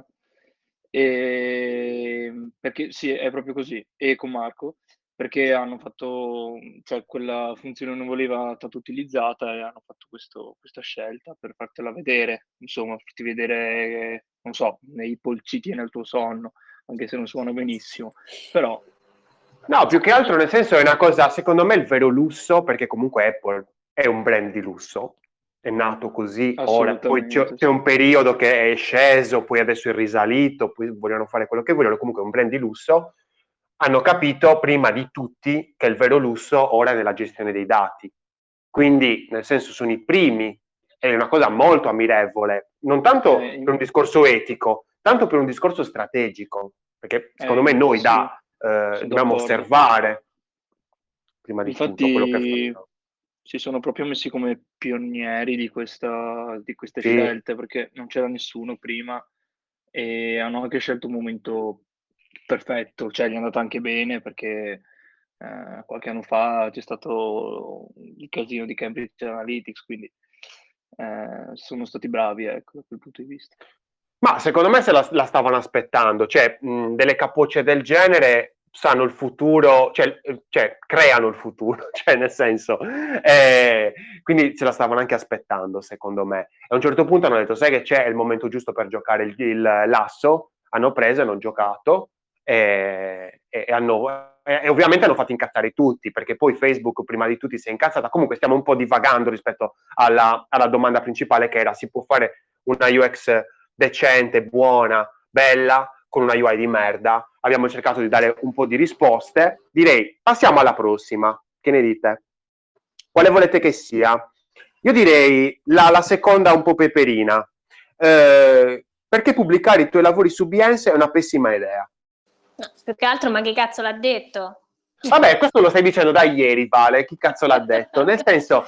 e... perché sì, è proprio così, e con Marco, perché hanno fatto, cioè quella funzione non voleva stata utilizzata e hanno fatto questo- questa scelta per fartela vedere, insomma, farti vedere, non so, nei polciti e nel tuo sonno, anche se non suona benissimo, però No, più che altro nel senso è una cosa, secondo me il vero lusso, perché comunque Apple è un brand di lusso, è nato così, ora poi c'è, assolutamente c'è sì. un periodo che è sceso, poi adesso è risalito, poi vogliono fare quello che vogliono, comunque è un brand di lusso, hanno capito prima di tutti che il vero lusso ora è nella gestione dei dati, quindi nel senso sono i primi, è una cosa molto ammirevole, non tanto Eh, per un discorso etico, tanto per un discorso strategico, perché secondo me eh, noi sì, da eh, sono dobbiamo d'accordo. osservare prima di tutto quello che Infatti fanno. si sono proprio messi come pionieri di questa, di queste Sì, scelte, perché non c'era nessuno prima e hanno anche scelto un momento perfetto, cioè gli è andata anche bene perché eh, qualche anno fa c'è stato il casino di Cambridge Analytics, quindi eh, sono stati bravi, ecco, da quel punto di vista. ma secondo me se la, la stavano aspettando, cioè mh, delle capocce del genere sanno il futuro, cioè, eh, cioè creano il futuro, cioè nel senso, eh, quindi se la stavano anche aspettando secondo me. E a un certo punto hanno detto, sai che c'è, è il momento giusto per giocare il, il l'asso, hanno preso e hanno giocato e, e, e hanno... E ovviamente hanno fatto incazzare tutti, perché poi Facebook prima di tutti si è incazzata. Comunque stiamo un po' divagando rispetto alla, alla domanda principale che era, si può fare una U X decente, buona, bella, con una U I di merda? Abbiamo cercato di dare un po' di risposte. Direi, passiamo alla prossima. Che ne dite? Quale volete che sia? Io direi la, la seconda un po' peperina. Eh, perché pubblicare i tuoi lavori su Behance è una pessima idea? No, più che altro, ma che cazzo l'ha detto? Vabbè, questo lo stai dicendo da ieri, Vale, chi cazzo l'ha detto? Nel senso,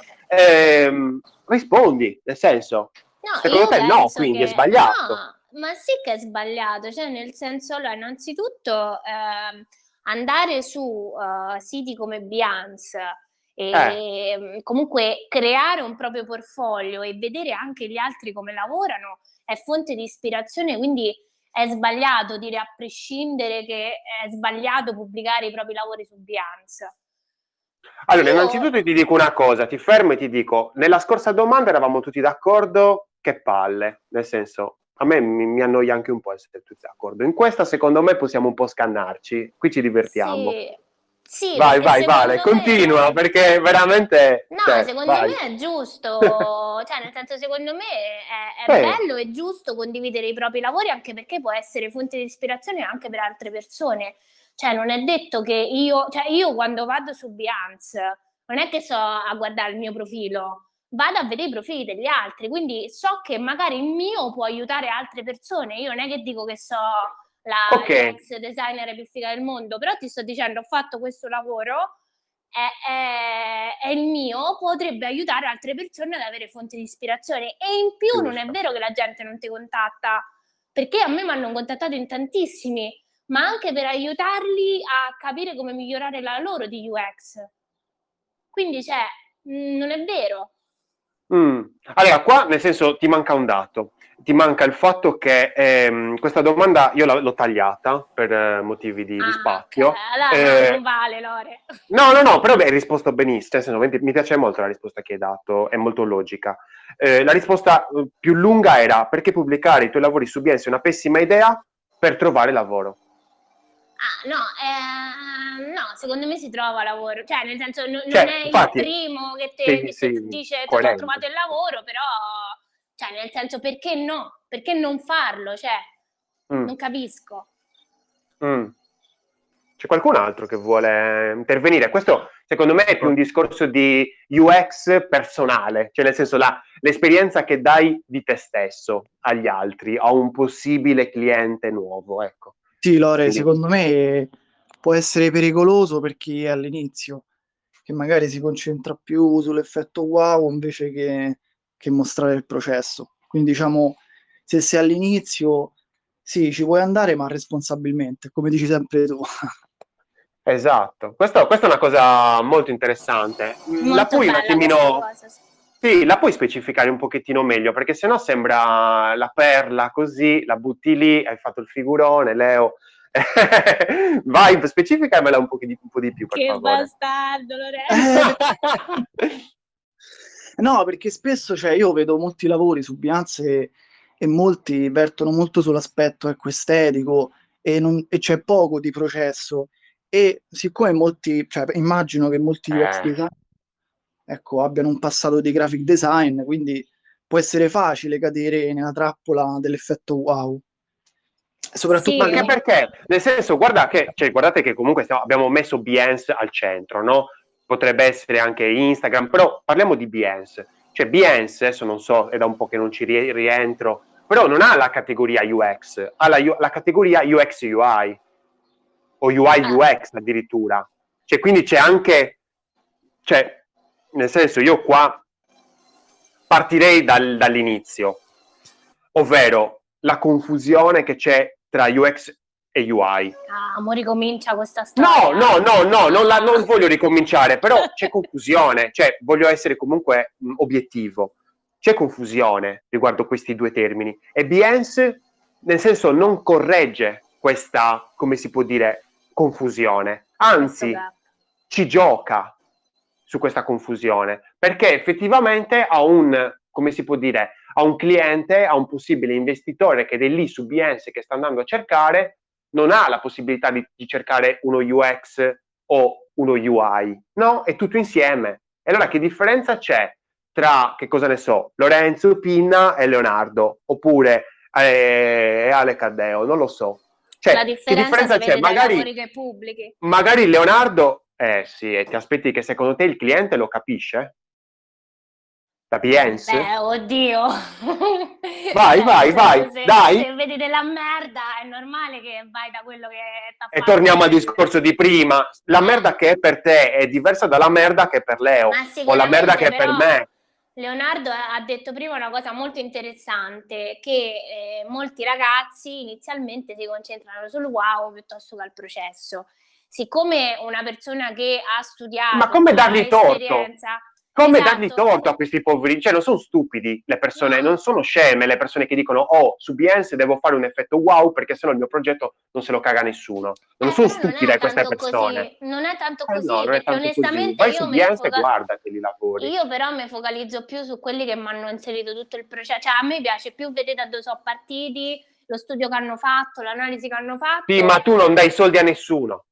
ehm, rispondi, nel senso, No, secondo io te no, penso quindi è che sbagliato. no, ma sì che è sbagliato, cioè nel senso, allora, innanzitutto ehm, andare su eh, siti come Behance Eh, e mm, comunque creare un proprio portfolio e vedere anche gli altri come lavorano è fonte di ispirazione, quindi è sbagliato dire a prescindere che è sbagliato pubblicare i propri lavori su Behance. allora, Io innanzitutto ti dico una cosa, ti fermo e ti dico, nella scorsa domanda eravamo tutti d'accordo, che palle, nel senso, a me mi, mi annoia anche un po' essere tutti d'accordo. In questa, secondo me, possiamo un po' scannarci, qui ci divertiamo. sì, sì, Vai, perché vai, Vale, secondo continua, me perché veramente, no, cioè, secondo vai. me è giusto, cioè nel senso secondo me è, è Sì, bello e giusto condividere i propri lavori anche perché può essere fonte di ispirazione anche per altre persone. Cioè non è detto che io, cioè io quando vado su Behance non è che so a guardare il mio profilo, vado a vedere i profili degli altri, quindi so che magari il mio può aiutare altre persone. Io non è che dico che so la ok, U X designer più figa del mondo, però ti sto dicendo ho fatto questo lavoro. È, è, è il mio, potrebbe aiutare altre persone ad avere fonti di ispirazione. E in più non è giusto. vero che la gente non ti contatta, perché a me mi hanno contattato in tantissimi, ma anche per aiutarli a capire come migliorare la loro di U X. Quindi, cioè, mh, non è vero. Mm. Allora, qua nel senso ti manca un dato, ti manca il fatto che ehm, questa domanda io l'ho tagliata per eh, motivi di, di Ah, ok, spazio. allora no, Eh, non vale, Lore. no, no, no, però beh, hai risposto benissimo, nel senso, mi piace molto la risposta che hai dato, è molto logica. Eh, la risposta eh, più lunga era perché pubblicare i tuoi lavori su Behance è una pessima idea per trovare lavoro. Ah, no, eh, no, secondo me si trova lavoro, cioè nel senso no, non Cioè, è il infatti, primo che sì, ti sì, dice ti ho trovato coerente. il lavoro, però, cioè nel senso perché no? Perché non farlo? Cioè, Mm, non capisco. mm. C'è qualcun altro che vuole intervenire? Questo secondo me è più un discorso di U X personale, cioè nel senso la, l'esperienza che dai di te stesso agli altri, a un possibile cliente nuovo, ecco. Sì, Lore, Quindi- secondo me può essere pericoloso per chi è all'inizio, che magari si concentra più sull'effetto wow invece che, che mostrare il processo. Quindi diciamo, se sei all'inizio, sì, ci puoi andare, ma responsabilmente, come dici sempre tu. Esatto, Questo- questa è una cosa molto interessante. La Molto puoi un bella attimino... questa cosa, sì. Sì, la puoi specificare un pochettino meglio, perché sennò sembra la perla così, la butti lì, hai fatto il figurone, Leo. Vai, specificamela un po' di, un po' di più, per Che favore. bastardo, Lorenzo. Eh, no, perché spesso, cioè, io vedo molti lavori su Behance e, e molti vertono molto sull'aspetto ecco, estetico e, non- e c'è poco di processo. E siccome molti, cioè, immagino che molti U X Eh. designer ecco, abbiano un passato di graphic design, quindi può essere facile cadere nella trappola dell'effetto wow. Soprattutto Sì. Ma anche perché, nel senso, guarda che, cioè, guardate che comunque stiamo- abbiamo messo Behance al centro, no? Potrebbe essere anche Instagram, però parliamo di Behance. Cioè Behance, adesso non so, è da un po' che non ci rie- rientro, però non ha la categoria U X, ha la, U- la categoria U X U I o U I U X addirittura. Cioè, quindi c'è anche, cioè, nel senso, io qua partirei dal- dall'inizio, ovvero la confusione che c'è tra U X e U I. Ah, mo ricomincia questa No, storia. no, no, no, non, la- non voglio ricominciare, però c'è confusione, cioè voglio essere comunque mh, obiettivo. C'è confusione riguardo questi due termini e Behance, nel senso, non corregge questa, come si può dire, confusione, anzi Questo gap. ci gioca su questa confusione, perché effettivamente ha un, come si può dire, a un cliente, a un possibile investitore che è lì su Behance che sta andando a cercare, non ha la possibilità di, di cercare uno U X o uno U I, no? È tutto insieme. E allora che differenza c'è tra, che cosa ne so, Lorenzo, Pinna e Leonardo, oppure eh, Ale Caddeo, non lo so. Cioè, La che differenza differenza si c'è? vede dai Magari, lavori che pubblichi. magari Leonardo, eh sì, e ti aspetti che secondo te il cliente lo capisce? Da Behance? Beh, oddio. Vai, vai, Cioè, vai, se, dai. se vedi della merda è normale che vai da quello che t'ha E fatto torniamo al meglio. discorso di prima. La merda che è per te è diversa dalla merda che è per Leo, Ma o la merda che è per però me. Leonardo ha detto prima una cosa molto interessante, che eh, molti ragazzi inizialmente si concentrano sul wow piuttosto che al processo. Siccome una persona che ha studiato, Ma come ha dargli torto? esperienza, Come esatto, dargli torto a questi poveri? Cioè, non sono stupidi le persone, No. non sono sceme le persone che dicono oh, su Behance devo fare un effetto wow perché sennò il mio progetto non se lo caga nessuno. Non Eh, sono però non stupide è queste tanto persone. così, non è tanto Eh così, no, non è perché tanto così. onestamente Vai io su mi Behance e foca- guardateli i lavori. Io però mi focalizzo più su quelli che mi hanno inserito tutto il processo, cioè a me piace più vedere da dove sono partiti, lo studio che hanno fatto, l'analisi che hanno fatto. Sì, ma tu non dai soldi a nessuno.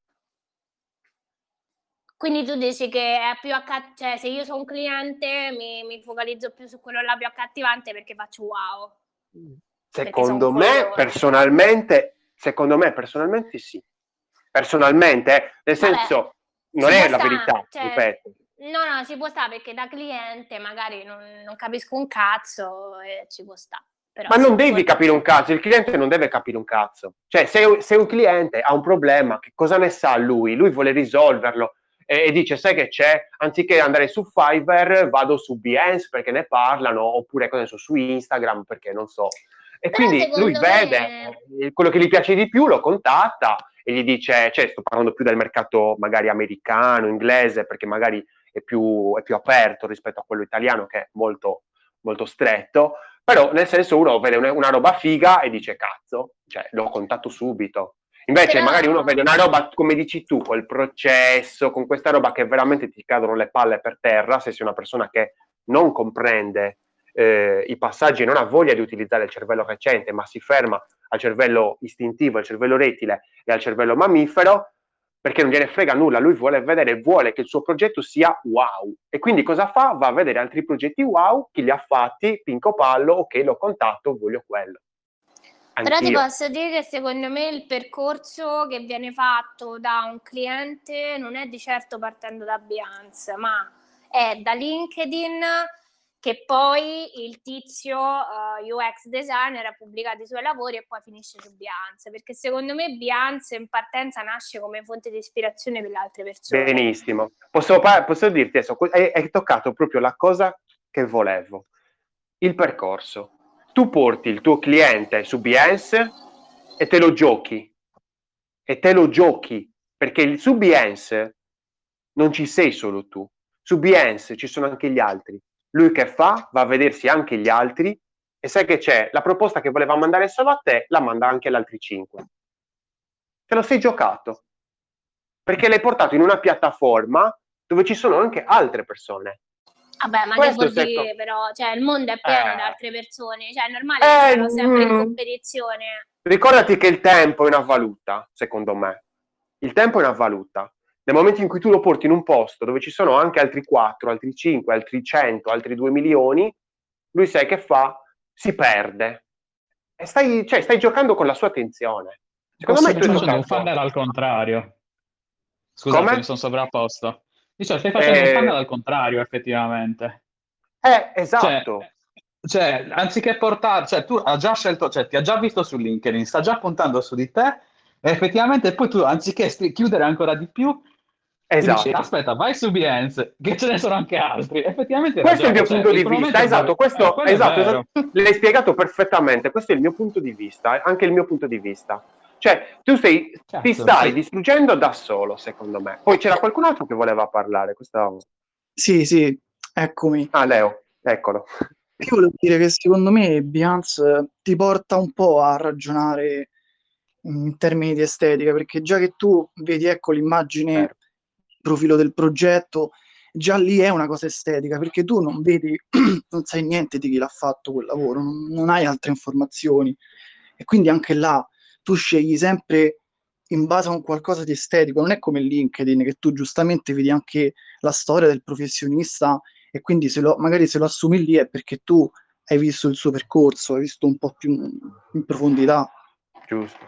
Quindi tu dici che è più accattivante, cioè se io sono un cliente mi, mi focalizzo più su quello là più accattivante perché faccio wow. Secondo sono me, coglione. personalmente, secondo me, personalmente sì. Personalmente, eh, nel Vabbè, senso, non ci è può la sta, verità, cioè, ripeto. No, no, ci può stare perché da cliente magari non, non capisco un cazzo e ci può stare. Però Ma non sì, devi può- capire un cazzo, il cliente non deve capire un cazzo. Cioè, se, se un cliente ha un problema, che cosa ne sa lui? Lui vuole risolverlo e, e dice, sai che c'è? Anziché andare su Fiverr, vado su Behance perché ne parlano, oppure cosa ne so, su Instagram perché non so. E Però quindi lui secondo vede me- eh, quello che gli piace di più, lo contatta e gli dice, cioè sto parlando più del mercato magari americano, inglese, perché magari è più, è più aperto rispetto a quello italiano che è molto, molto stretto. Però nel senso uno vede una, una roba figa e dice cazzo, cioè l'ho contatto subito. Invece Però- magari uno vede una roba, come dici tu, col processo, con questa roba che veramente ti cadono le palle per terra, se sei una persona che non comprende eh, i passaggi e non ha voglia di utilizzare il cervello recente, ma si ferma al cervello istintivo, al cervello rettile e al cervello mammifero, perché non gliene frega nulla, lui vuole vedere, vuole che il suo progetto sia wow. E quindi cosa fa? Va a vedere altri progetti wow, chi li ha fatti, pinco pallo, ok, l'ho contatto, voglio quello. Però ti Anch'io. posso dire che secondo me il percorso che viene fatto da un cliente non è di certo partendo da Behance, ma è da LinkedIn che poi il tizio uh, U X designer ha pubblicato i suoi lavori e poi finisce su Behance, perché secondo me Behance in partenza nasce come fonte di ispirazione per le altre persone. Benissimo. Posso, pa- posso dirti adesso, hai, hai toccato proprio la cosa che volevo. Il percorso. Tu porti il tuo cliente su Behance e te lo giochi. E te lo giochi. Perché il- su Behance non ci sei solo tu. Su Behance ci sono anche gli altri. Lui che fa? Va a vedersi anche gli altri e sai che c'è? La proposta che voleva mandare solo a te la manda anche agli altri cinque. Te lo sei giocato. Perché l'hai portato in una piattaforma dove ci sono anche altre persone. Vabbè, ma Questo che vuol secco- dire però? Cioè, il mondo è pieno Eh. di altre persone, cioè è normale che Eh, siano sempre in mm. competizione. Ricordati che il tempo è una valuta, secondo me. Il tempo è una valuta. Nel momento in cui tu lo porti in un posto dove ci sono anche altri quattro, altri cinque, altri cento, altri due milioni, lui sai che fa? Si perde. E stai, cioè, stai giocando con la sua attenzione. Secondo Posso me tu hai Stai facendo un giocato... funnel al contrario. Scusate, Come? mi sono sovrapposto. Dicevo, stai facendo un Eh, funnel al contrario, effettivamente. eh, Cioè, esatto. cioè, anziché portare, cioè, tu hai già scelto, cioè, ti ha già visto su LinkedIn, sta già puntando su di te, e effettivamente poi tu, anziché st- chiudere ancora di più, ti dici, Esatto. aspetta, vai su Behance, che ce ne sono anche altri. Effettivamente hai Questo è il ragione, mio cioè, punto di il vista, momento esatto, dove- questo, eh, quello è esatto, vero. esatto, l'hai spiegato perfettamente, questo è il mio punto di vista, anche il mio punto di vista. Cioè, tu sei, ti Cazzo, stai sì. distruggendo da solo, secondo me. Poi c'era qualcun altro che voleva parlare, questa... Sì, sì, eccomi. Ah, Leo, eccolo. Io volevo dire che secondo me Behance ti porta un po' a ragionare in termini di estetica, perché già che tu vedi, ecco, l'immagine, Certo. il profilo del progetto, già lì è una cosa estetica, perché tu non vedi, non sai niente di chi l'ha fatto quel lavoro, non, non hai altre informazioni. E quindi anche là tu scegli sempre in base a un qualcosa di estetico, non è come LinkedIn, che tu giustamente vedi anche la storia del professionista e quindi se lo, magari se lo assumi lì è perché tu hai visto il suo percorso, hai visto un po' più in profondità. Giusto.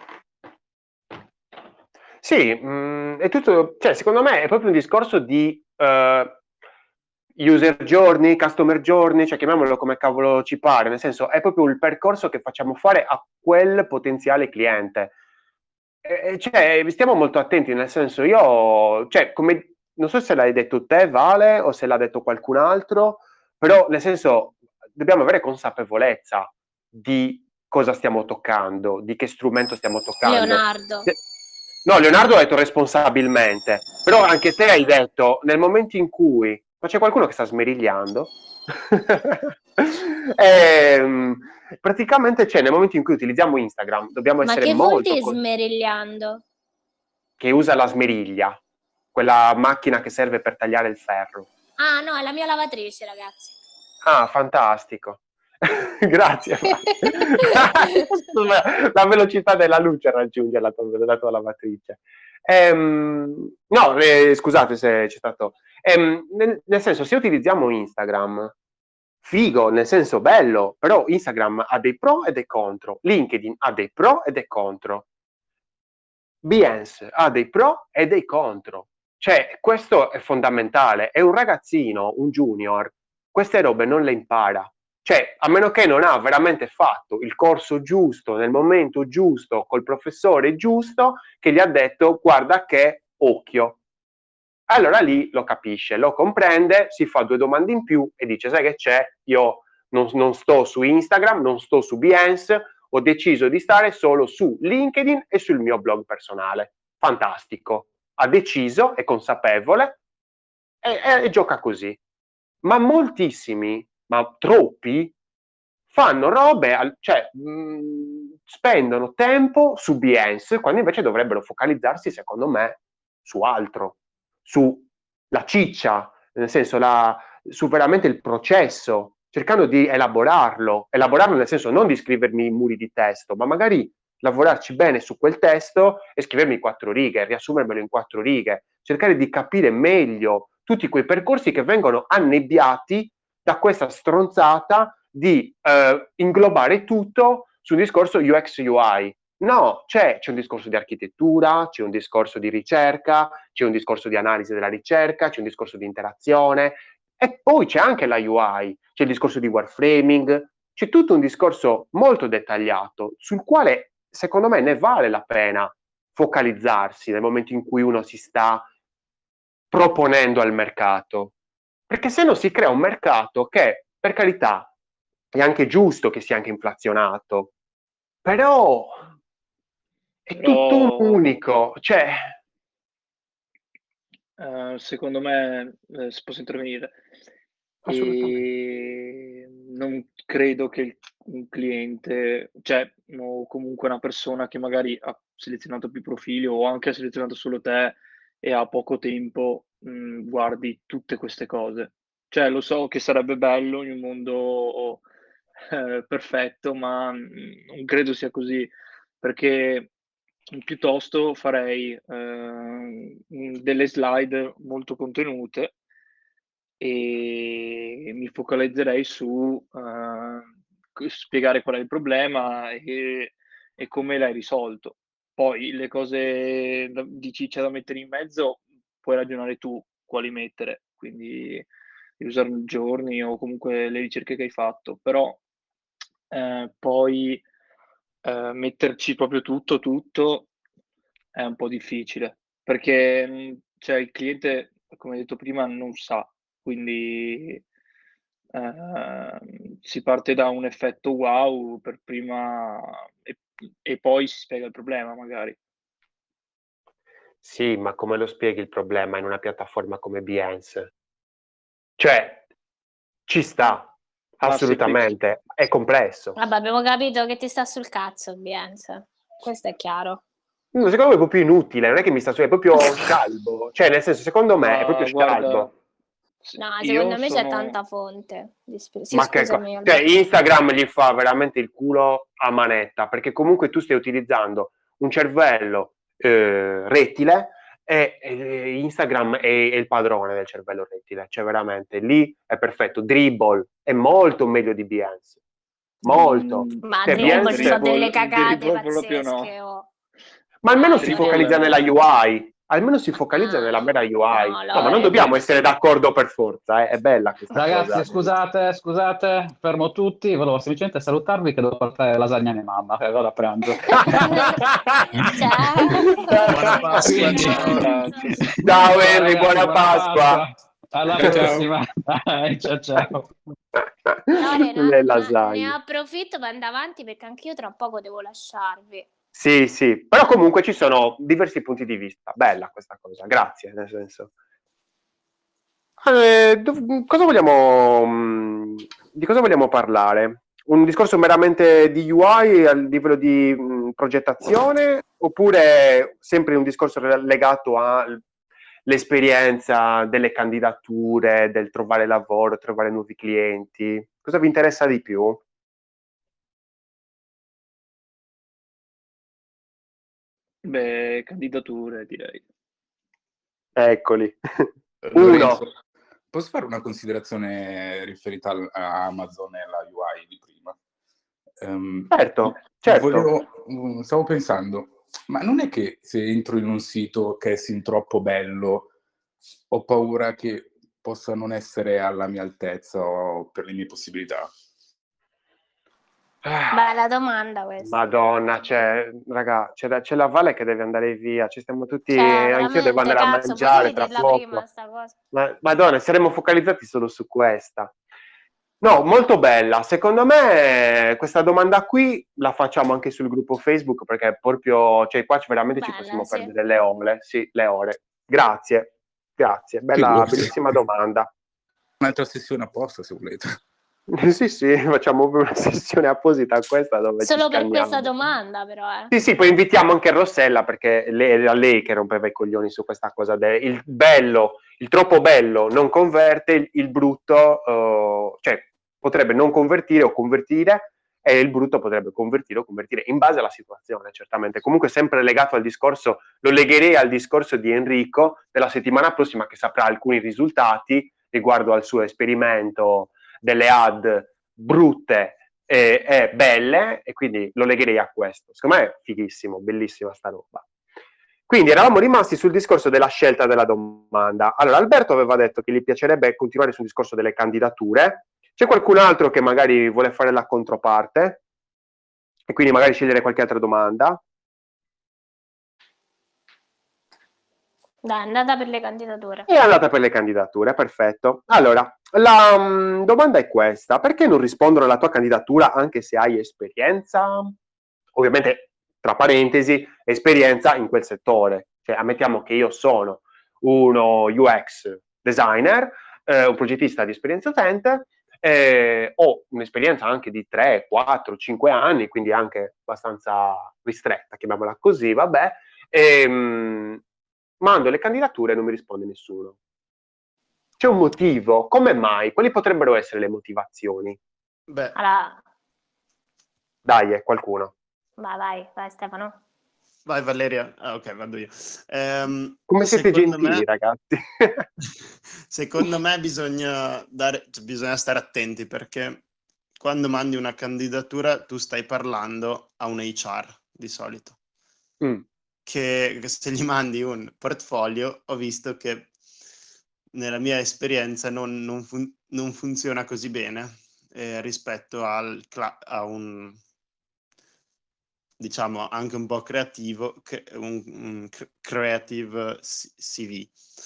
Sì, mh, è tutto, cioè, secondo me è proprio un discorso di eh, user journey, customer journey, cioè chiamiamolo come cavolo ci pare, nel senso è proprio il percorso che facciamo fare a quel potenziale cliente. E, cioè, stiamo molto attenti, nel senso io, cioè, come, non so se l'hai detto te, Vale, o se l'ha detto qualcun altro, però nel senso dobbiamo avere consapevolezza di cosa stiamo toccando, di che strumento stiamo toccando. Leonardo. No, Leonardo ha detto responsabilmente, però anche te hai detto nel momento in cui, ma c'è qualcuno che sta smerigliando, ehm, praticamente c'è nel momento in cui utilizziamo Instagram, dobbiamo Ma essere che vuol molto dire con- smerigliando? che usa la smeriglia, quella macchina che serve per tagliare il ferro. Ah, no, è la mia lavatrice, ragazzi. Ah, fantastico. Grazie. La velocità della luce raggiunge la tua, la tua lavatrice. Ehm, no, eh, scusate se c'è stato... Ehm, nel, nel senso, se utilizziamo Instagram, figo, nel senso bello, però Instagram ha dei pro e dei contro. LinkedIn ha dei pro e dei contro. Behance ha dei pro e dei contro. Cioè, questo è fondamentale. È un ragazzino, un junior, queste robe non le impara. Cioè, a meno che non ha veramente fatto il corso giusto, nel momento giusto, col professore giusto, che gli ha detto, guarda che occhio. Allora lì lo capisce, lo comprende, si fa due domande in più e dice, sai che c'è? Io non, non sto su Instagram, non sto su Behance, ho deciso di stare solo su LinkedIn e sul mio blog personale. Fantastico. Ha deciso, è consapevole e, e, e gioca così. Ma moltissimi, ma troppi, fanno robe, al, cioè mh, spendono tempo su Behance quando invece dovrebbero focalizzarsi, secondo me, su altro, su la ciccia, nel senso la, su veramente il processo, cercando di elaborarlo, elaborarlo nel senso non di scrivermi muri di testo, ma magari lavorarci bene su quel testo e scrivermi quattro righe, riassumermelo in quattro righe, cercare di capire meglio tutti quei percorsi che vengono annebbiati da questa stronzata di eh, inglobare tutto su un discorso U X U I. No, c'è, c'è un discorso di architettura, c'è un discorso di ricerca, c'è un discorso di analisi della ricerca, c'è un discorso di interazione, e poi c'è anche la U I, c'è il discorso di warframing, c'è tutto un discorso molto dettagliato sul quale secondo me ne vale la pena focalizzarsi nel momento in cui uno si sta proponendo al mercato, perché se no si crea un mercato che, per carità, è anche giusto che sia anche inflazionato, però è Però- tutto un unico, cioè Eh, secondo me, eh, se posso intervenire, e non credo che il- un cliente, cioè, o comunque una persona che magari ha selezionato più profili o anche ha selezionato solo te e ha poco tempo, mh, guardi tutte queste cose. Cioè, lo so che sarebbe bello in un mondo eh, perfetto, ma mh, non credo sia così, perché piuttosto farei eh, delle slide molto contenute e mi focalizzerei su eh, spiegare qual è il problema e, e come l'hai risolto. Poi le cose da- di ciccia da mettere in mezzo puoi ragionare tu quali mettere, quindi di usare i giorni o comunque le ricerche che hai fatto, però eh, poi eh, metterci proprio tutto, tutto è un po' difficile, perché mh, cioè, il cliente, come detto prima, non sa, quindi ehm, si parte da un effetto wow per prima e, e poi si spiega il problema magari. sì, ma come lo spieghi il problema in una piattaforma come Behance? Cioè, ci sta, Ma assolutamente, è complesso. Vabbè, abbiamo capito che ti sta sul cazzo, Bienze. Questo è chiaro. No, secondo me è proprio inutile, non è che mi sta su, è proprio scalbo. Cioè, nel senso, secondo me è Ma proprio guarda, scalbo. s- No, io secondo me c'è sono- tanta fonte. di sp- Sì, Ma che co- scusami, cioè, Alberto. Instagram gli fa veramente il culo a manetta, perché comunque tu stai utilizzando un cervello eh, rettile e, e Instagram è, è il padrone del cervello rettile, cioè veramente lì è perfetto. Dribble è molto meglio di Behance, molto. Mm, Ma Cioè, Dribble ci Behance- sono delle Dribble- cagate Dribble proprio no. pazzesche. oh. ma almeno Dai, si Dribble focalizza no. nella U I, almeno si focalizza Ah, nella mera U I. no, No, ma non Lore. dobbiamo essere d'accordo per forza, eh. È bella questa Ragazzi, cosa. scusate, scusate, fermo tutti. Volevo semplicemente salutarvi che devo portare lasagna a mia mamma, che vado a pranzo. Ciao. Buona Pasqua, Quindi- ciao. Grazie. Ciao Henry, Ragazzi, buona Pasqua. Alla Ciao, ciao. prossima. Dai, ciao ciao. Lore, no, Le ma ne lasagne. approfitto per andare avanti perché anch'io tra poco devo lasciarvi. Sì, sì, però comunque ci sono diversi punti di vista. Bella questa cosa, grazie, nel senso. Eh, dov- cosa vogliamo, mh, di cosa vogliamo parlare? Un discorso meramente di U I a livello di mh, progettazione oppure sempre un discorso re- legato all'esperienza delle candidature, del trovare lavoro, trovare nuovi clienti? Cosa vi interessa di più? Beh, candidature direi. Eccoli. Lorenzo, Uno. posso fare una considerazione riferita al- a Amazon e alla U I di prima? Ehm, Certo, certo. volevo- mm, stavo pensando, ma non è che se entro in un sito che è sin troppo bello, ho paura che possa non essere alla mia altezza o per le mie possibilità? Bella domanda questa. Madonna, c'è, raga, c'è, la- c'è la Vale che deve andare via, ci stiamo tutti, Cioè, anch'io devo veramente, andare a cazzo, mangiare potevi tra dirla poco. prima sta cosa. Ma, Madonna, saremmo focalizzati solo su questa. No, molto bella. Secondo me questa domanda qui la facciamo anche sul gruppo Facebook perché proprio, cioè qua ci- veramente ci Bella, possiamo sì. perdere le ore, sì, le ore. Grazie, grazie, bella, Figurati. bellissima domanda. Un'altra sessione apposta se volete. Sì, sì, facciamo una sessione apposita a questa dove Solo ci per scanniamo. questa domanda, però, eh. Sì, sì, poi invitiamo anche Rossella perché lei, era lei che rompeva i coglioni su questa cosa del il bello, il troppo bello non converte, il, il brutto, eh, cioè potrebbe non convertire o convertire e il brutto potrebbe convertire o convertire in base alla situazione, certamente. Comunque sempre legato al discorso, lo legherei al discorso di Enrico della settimana prossima che saprà alcuni risultati riguardo al suo esperimento delle ad brutte e, e belle, e quindi lo legherei a questo. Secondo me è fighissimo, bellissima sta roba. Quindi eravamo rimasti sul discorso della scelta della domanda. Allora, Alberto aveva detto che gli piacerebbe continuare sul discorso delle candidature. C'è qualcun altro che magari vuole fare la controparte e quindi magari scegliere qualche altra domanda? Dai, è andata per le candidature. È andata per le candidature, perfetto. Allora, la um, domanda è questa: perché non rispondono alla tua candidatura anche se hai esperienza? Ovviamente, tra parentesi, esperienza in quel settore. Cioè, ammettiamo che io sono uno U X designer, eh, un progettista di esperienza utente, eh, ho un'esperienza anche di tre, quattro, cinque anni, quindi anche abbastanza ristretta, chiamiamola così, vabbè, e, mh, mando le candidature e non mi risponde nessuno. C'è un motivo? Come mai? Quali potrebbero essere le motivazioni? Beh, Allora, Dai, eh, qualcuno. vai, vai, vai Stefano. vai Valeria. Ah, ok, vado io. Ehm, Come siete secondo gentili, me, ragazzi. secondo me bisogna dare, cioè, bisogna stare attenti, perché quando mandi una candidatura tu stai parlando a un H R di solito. Mm. Che, che se gli mandi un portfolio, ho visto che nella mia esperienza non, non, fun- non funziona così bene eh, rispetto al cla- a un, diciamo, anche un po' creativo, che- un, un cr- creative C- CV.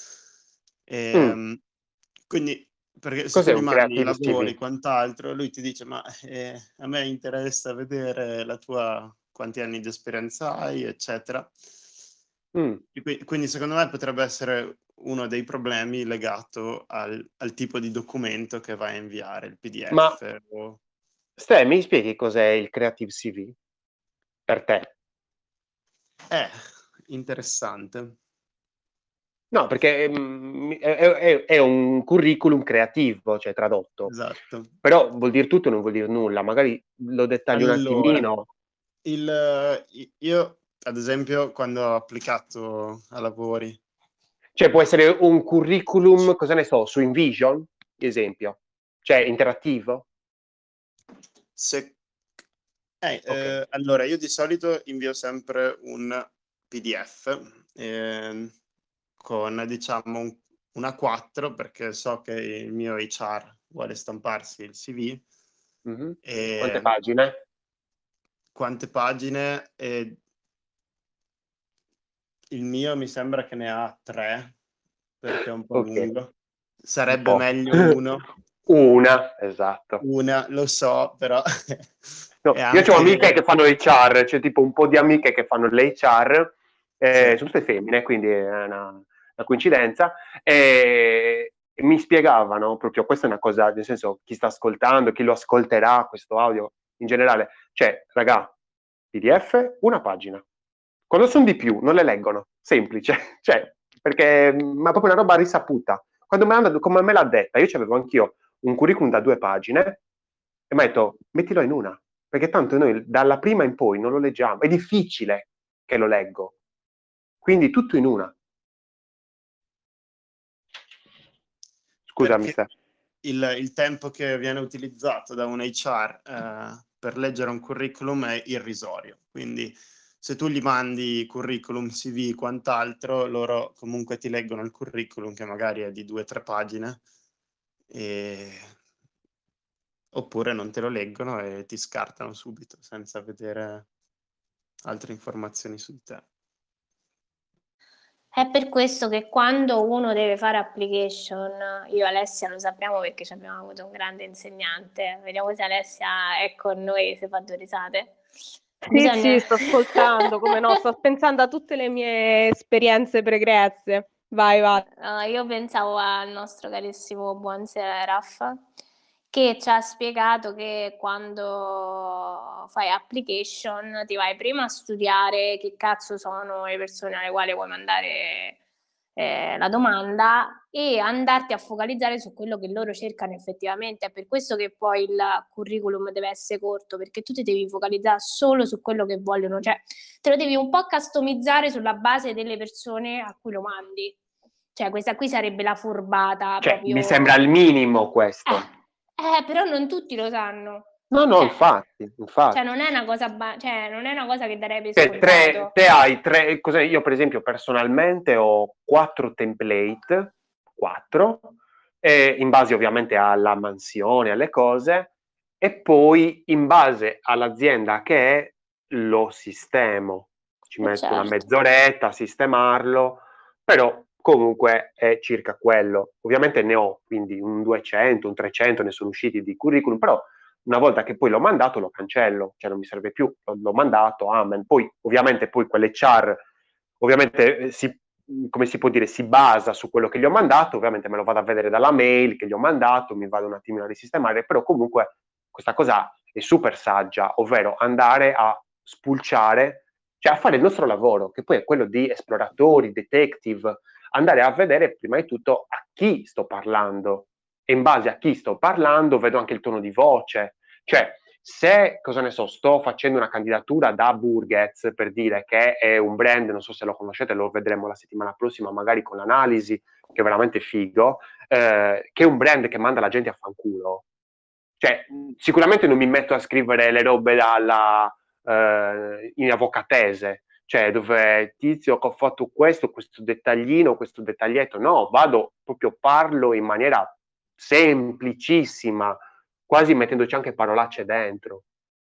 Ehm, Quindi, perché se tu Cos'è gli un mandi i creative lavori C e V? quant'altro, lui ti dice, ma eh, a me interessa vedere la tua, quanti anni di esperienza hai, eccetera. Mm. E qui- Quindi secondo me potrebbe essere uno dei problemi legato al, al tipo di documento che vai a inviare, il P D F. Ma, o... Ste, mi spieghi cos'è il creative C V? Per te? È interessante. No, perché mm, è, è- è un curriculum creativo, cioè tradotto. Esatto. Però vuol dire tutto e non vuol dire nulla. Magari lo dettagli un Allora, attimino. il, io ad esempio quando ho applicato a lavori, Cioè può essere un curriculum, cosa ne so, su InVision, esempio. Cioè interattivo. se, eh, Ok. eh, allora io di solito invio sempre un P D F ehm, con diciamo un- una quattro, perché so che il mio H R vuole stamparsi il C V. Mhm. E Quante pagine? quante pagine? E il mio mi sembra che ne ha tre, perché è un po' Ok. lungo. Un Sarebbe po'. meglio uno. Una, esatto. Una, lo so, però No, è io ho amiche anche... che fanno H R, c'è tipo un po' di amiche che fanno l'H R, eh, Sì. sono tutte femmine, quindi è una, una coincidenza, e mi spiegavano proprio, questa è una cosa, nel senso, chi sta ascoltando, chi lo ascolterà, questo audio in generale, cioè, raga, P D F, una pagina. Quando sono di più, non le leggono, semplice, cioè, perché, ma proprio una roba risaputa. Quando me l'hanno, come me l'ha detta, io c'avevo anch'io un curriculum da due pagine, e mi ha detto, mettilo in una, perché tanto noi dalla prima in poi non lo leggiamo, è difficile che lo leggo, quindi tutto in una. Scusami, Perché Ste. il, il tempo che viene utilizzato da un H R eh, per leggere un curriculum è irrisorio. Quindi se tu gli mandi curriculum, C V, quant'altro, loro comunque ti leggono il curriculum, che magari è di due o tre pagine, e... oppure non te lo leggono e ti scartano subito senza vedere altre informazioni su di te. È per questo che quando uno deve fare application, io e Alessia lo sappiamo perché ci abbiamo avuto un grande insegnante, vediamo se Alessia è con noi, se fa due risate. Sì, Bisogna... sì, sto ascoltando, come no, sto pensando a tutte le mie esperienze pregresse. Vai, vai. Uh, io pensavo al nostro carissimo buon Seraf, che ci ha spiegato che quando fai application ti vai prima a studiare che cazzo sono le persone alle quali vuoi mandare eh, la domanda e andarti a focalizzare su quello che loro cercano effettivamente. È per questo che poi il curriculum deve essere corto, perché tu ti devi focalizzare solo su quello che vogliono, cioè te lo devi un po' customizzare sulla base delle persone a cui lo mandi. Cioè questa qui sarebbe la furbata Cioè, proprio... mi sembra il minimo questo. Eh, eh, però non tutti lo sanno. No, no, Cioè, infatti, infatti. cioè non è una cosa, ba- cioè, non è una cosa che darei per Cioè, tre, scontato. te hai tre, cos'è? Io per esempio personalmente ho quattro template, quattro, eh, in base ovviamente alla mansione, alle cose, e poi in base all'azienda che è, lo sistemo. Ci Eh, metto una certo. mezz'oretta a sistemarlo, però comunque è circa quello. Ovviamente ne ho quindi un duecento, un trecento, ne sono usciti di curriculum, però una volta che poi l'ho mandato lo cancello, cioè non mi serve più, l'ho mandato, amen. Poi ovviamente poi quell'H R ovviamente eh, si, come si può dire, si basa su quello che gli ho mandato, ovviamente me lo vado a vedere dalla mail che gli ho mandato, mi vado un attimino a risistemare, però comunque questa cosa è super saggia, ovvero andare a spulciare, cioè a fare il nostro lavoro, che poi è quello di esploratori, detective, andare a vedere prima di tutto a chi sto parlando, e in base a chi sto parlando vedo anche il tono di voce, cioè se, cosa ne so, sto facendo una candidatura da Burgers, per dire che è un brand, non so se lo conoscete, lo vedremo la settimana prossima magari con l'analisi, che è veramente figo, eh, che è un brand che manda la gente a fanculo, cioè sicuramente non mi metto a scrivere le robe dalla, eh, in avvocatese, cioè dove tizio che ho fatto questo, questo dettaglino, questo dettaglietto, no, vado proprio, parlo in maniera semplicissima, quasi mettendoci anche parolacce dentro.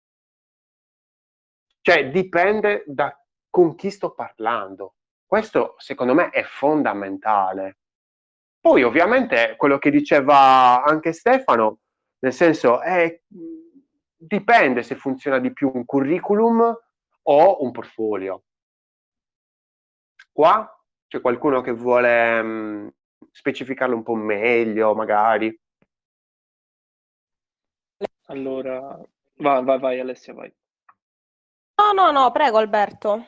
Cioè dipende da con chi sto parlando. Questo secondo me è fondamentale. Poi ovviamente quello che diceva anche Stefano, nel senso, è, dipende se funziona di più un curriculum o un portfolio. Qua c'è qualcuno che vuole mh, specificarlo un po' meglio, magari. Allora, vai, vai, vai Alessia, vai. No, no, no, prego Alberto.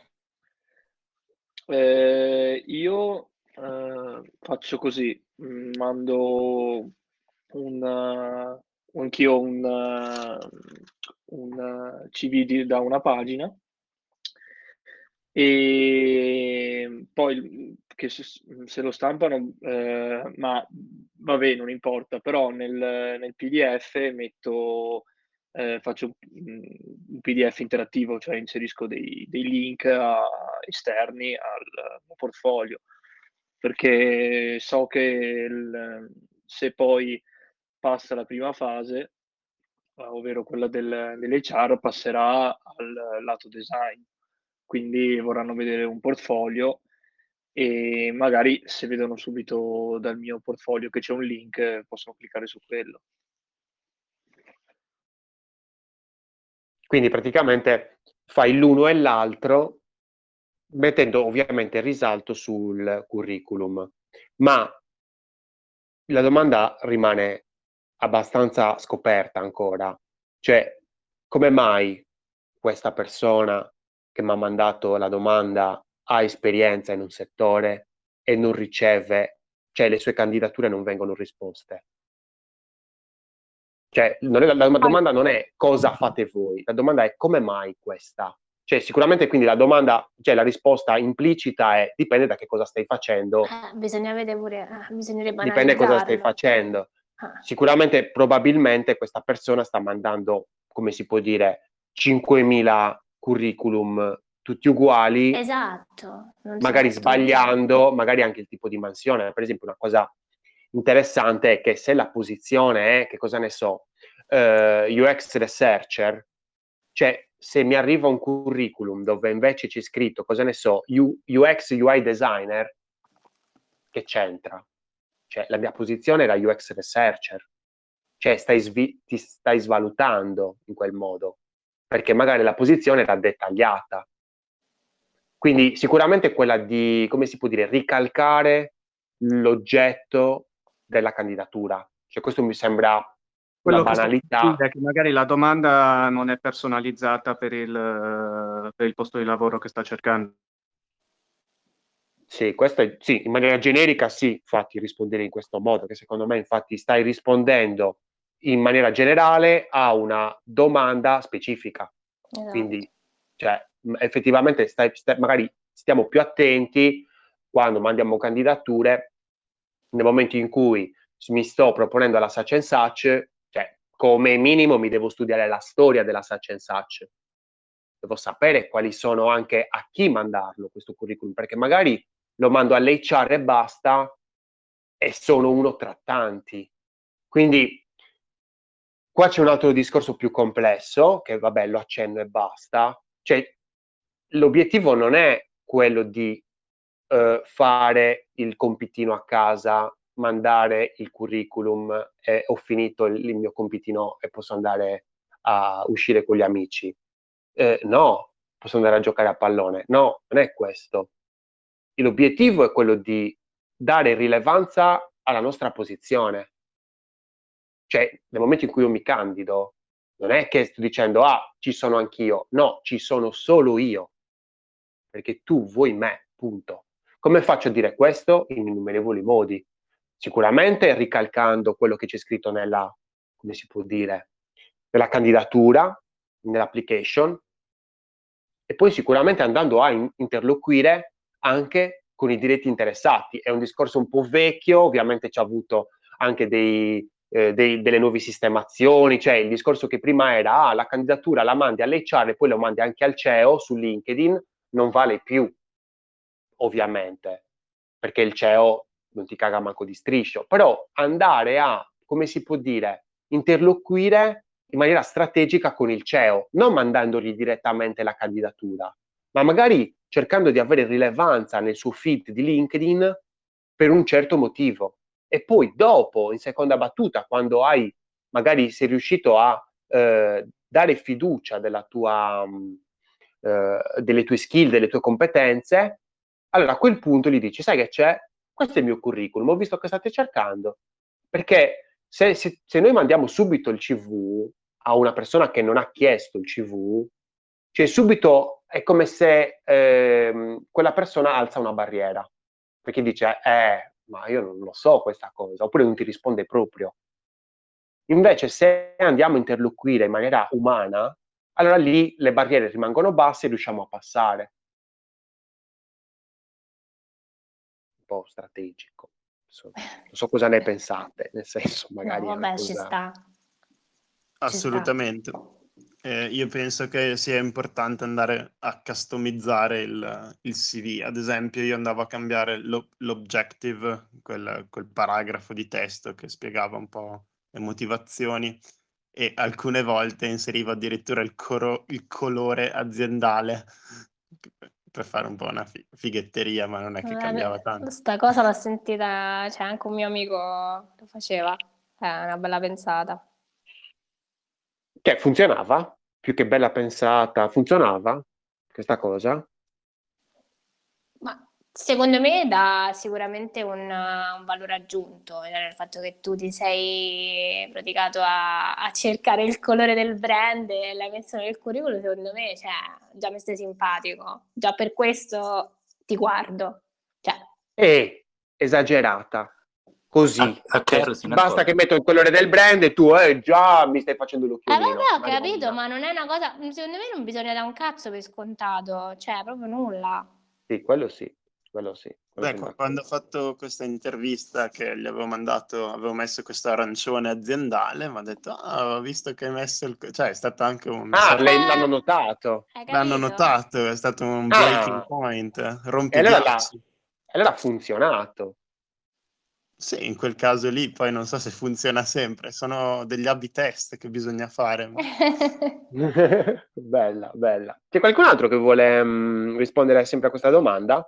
Eh, io eh, faccio così, mm, mando un, uh, anch'io un, uh, un uh, C V di- da una pagina e poi che se, se lo stampano, eh, ma vabbè, non importa, però nel, nel P D F metto, eh, faccio un, un P D F interattivo, cioè inserisco dei, dei link a- esterni al mio portfolio, perché so che il- se poi passa la prima fase, eh, ovvero quella del, dell'H R, passerà al lato design. Quindi vorranno vedere un portfolio e magari se vedono subito dal mio portfolio che c'è un link, eh, possono cliccare su quello. Quindi praticamente fai l'uno e l'altro, mettendo ovviamente il risalto sul curriculum. Ma la domanda rimane abbastanza scoperta ancora, cioè come mai questa persona che mi ha mandato la domanda ha esperienza in un settore e non riceve, cioè le sue candidature non vengono risposte? Cioè, non è, la, la domanda non è cosa fate voi, la domanda è come mai questa? Cioè, sicuramente quindi la domanda, cioè la risposta implicita è dipende da che cosa stai facendo. Eh, bisogna vedere pure, eh, bisognerebbe Dipende cosa stai analizzarlo. facendo. Ah. Sicuramente, probabilmente, questa persona sta mandando, come si può dire, cinquemila curriculum tutti uguali, Esatto. Non magari sempre tutti. sbagliando, magari anche il tipo di mansione. Per esempio, una cosa interessante è che se la posizione è, che cosa ne so, eh, U X researcher, cioè se mi arriva un curriculum dove invece c'è scritto, cosa ne so, U, UX U I designer, che c'entra? Cioè, la mia posizione era U X researcher, cioè stai svi- ti stai svalutando in quel modo, perché magari la posizione era dettagliata. Quindi sicuramente quella di, come si può dire, ricalcare l'oggetto della candidatura. Cioè questo mi sembra una Quello che sto per banalità. dire è che magari la domanda non è personalizzata per il, per il posto di lavoro che sta cercando. Sì, questo è, sì, in maniera generica sì, infatti rispondere in questo modo, che secondo me infatti stai rispondendo in maniera generale a una domanda specifica. Esatto. Quindi, cioè, effettivamente stai, stai, magari stiamo più attenti quando mandiamo candidature, nel momento in cui mi sto proponendo alla such and such, cioè come minimo mi devo studiare la storia della Such and Such, devo sapere quali sono, anche a chi mandarlo questo curriculum, perché magari lo mando all'H R e basta, e sono uno tra tanti. Quindi qua c'è un altro discorso più complesso, che vabbè lo accenno e basta, cioè l'obiettivo non è quello di eh, fare il compitino a casa, mandare il curriculum e ho finito il, il mio compitino e posso andare a uscire con gli amici. Eh, no, posso andare a giocare a pallone. No, non è questo. L'obiettivo è quello di dare rilevanza alla nostra posizione. Cioè, nel momento in cui io mi candido, non è che sto dicendo, ah, ci sono anch'io. No, ci sono solo io. Perché tu vuoi me, punto. Come faccio a dire questo? In innumerevoli modi. Sicuramente ricalcando quello che c'è scritto nella, come si può dire, nella candidatura, nell'application, e poi sicuramente andando a in- interloquire anche con i diretti interessati. È un discorso un po' vecchio, ovviamente ci ha avuto anche dei, eh, dei, delle nuove sistemazioni, cioè il discorso che prima era ah, la candidatura la mandi all'H R e poi lo mandi anche al C E O su LinkedIn, non vale più, ovviamente, perché il C E O non ti caga manco di striscio, però andare a, come si può dire, interloquire in maniera strategica con il C E O, non mandandogli direttamente la candidatura, ma magari cercando di avere rilevanza nel suo feed di LinkedIn per un certo motivo. E poi dopo, in seconda battuta, quando hai, magari sei riuscito a eh, dare fiducia della tua, mh, eh, delle tue skill, delle tue competenze, allora a quel punto gli dici, sai che c'è? Questo è il mio curriculum, ho visto che state cercando. Perché se, se, se noi mandiamo subito il C V a una persona che non ha chiesto il C V, cioè subito è come se ehm, quella persona alza una barriera, perché dice, eh, ma io non lo so questa cosa, oppure non ti risponde proprio. Invece se andiamo a interloquire in maniera umana, allora lì le barriere rimangono basse e riusciamo a passare. Un po' strategico. So, non so cosa ne pensate, nel senso magari... No, è una vabbè, ci cosa- sta. Assolutamente. Eh, io penso che sia importante andare a customizzare il, il C V. Ad esempio, io andavo a cambiare lo- l'objective, quel, quel paragrafo di testo che spiegava un po' le motivazioni, e alcune volte inserivo addirittura il, coro- il colore aziendale per fare un po' una fi- fighetteria, ma non è che cambiava tanto. Questa cosa l'ho sentita, cioè anche un mio amico lo faceva. È una bella pensata. Che funzionava? Più che bella pensata, funzionava questa cosa? Ma secondo me dà sicuramente un, un valore aggiunto, cioè nel fatto che tu ti sei praticato a, a cercare il colore del brand e l'hai messo nel curriculum, secondo me, cioè, già mi stai simpatico. Già per questo ti guardo. Cioè, È esagerata. Così. A, a Kerr si ne Basta accorge. che metto il colore del brand e tu eh, già mi stai facendo eh, l'occhiolino. vabbè, ho Madonna. capito, ma non è una cosa, secondo me non bisogna dare un cazzo per scontato, cioè, proprio nulla. Sì, quello sì, quello sì. quello Beh, sono qu- quando ho d'accordo. fatto questa intervista che gli avevo mandato, avevo messo questo arancione aziendale, mi ha detto, ah, ho visto che hai messo il... co-" Cioè, è stato anche un... Ah, lei- Eh, l'hanno notato. hai L'hanno capito? notato, è stato un breaking Ah, point, e allora, l'ha- rompighiacci. e allora ha funzionato. Sì, in quel caso lì, poi non so se funziona sempre, sono degli A B test che bisogna fare, ma... Bella, bella. C'è qualcun altro che vuole mm, rispondere sempre a questa domanda?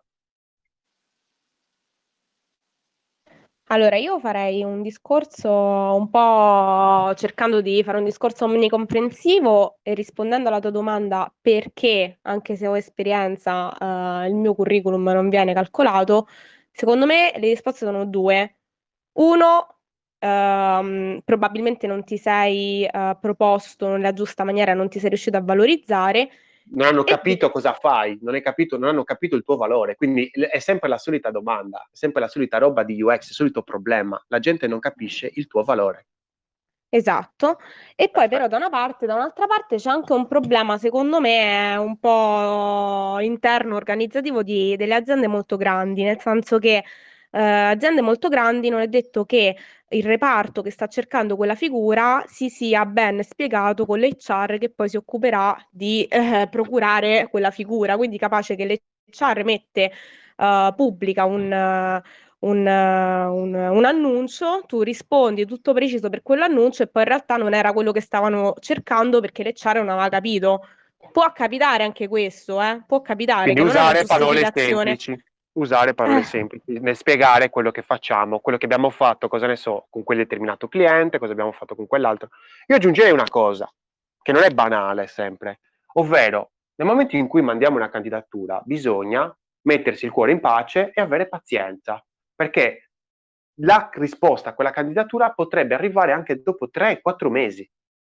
Allora, io farei un discorso un po' cercando di fare un discorso omnicomprensivo e rispondendo alla tua domanda perché, anche se ho esperienza, eh, il mio curriculum non viene calcolato, secondo me le risposte sono due. Uno, ehm, probabilmente non ti sei, eh, proposto nella giusta maniera, non ti sei riuscito a valorizzare. Non hanno E capito cosa fai, non, hai capito, non hanno capito il tuo valore, quindi l- è sempre la solita domanda, è sempre la solita roba di U X, il solito problema, la gente non capisce il tuo valore. Esatto, e poi però Perfetto. da una parte, da un'altra parte c'è anche un problema, secondo me, è un po' interno organizzativo di- delle aziende molto grandi, nel senso che eh, aziende molto grandi non è detto che il reparto che sta cercando quella figura si sia ben spiegato con l'H R che poi si occuperà di eh, procurare quella figura, quindi capace che l'H R mette, eh, pubblica un, eh, un, eh, un- un annuncio, tu rispondi tutto preciso per quell'annuncio e poi in realtà non era quello che stavano cercando perché l'H R non aveva capito. Può capitare anche questo, eh? Può capitare Quindi che non è una usare parole giustificazione. semplici, usare parole Eh. semplici nel spiegare quello che facciamo, quello che abbiamo fatto, cosa ne so, con quel determinato cliente, cosa abbiamo fatto con quell'altro. Io aggiungerei una cosa, che non è banale sempre, ovvero nel momento in cui mandiamo una candidatura bisogna mettersi il cuore in pace e avere pazienza, perché la risposta a quella candidatura potrebbe arrivare anche dopo tre quattro mesi.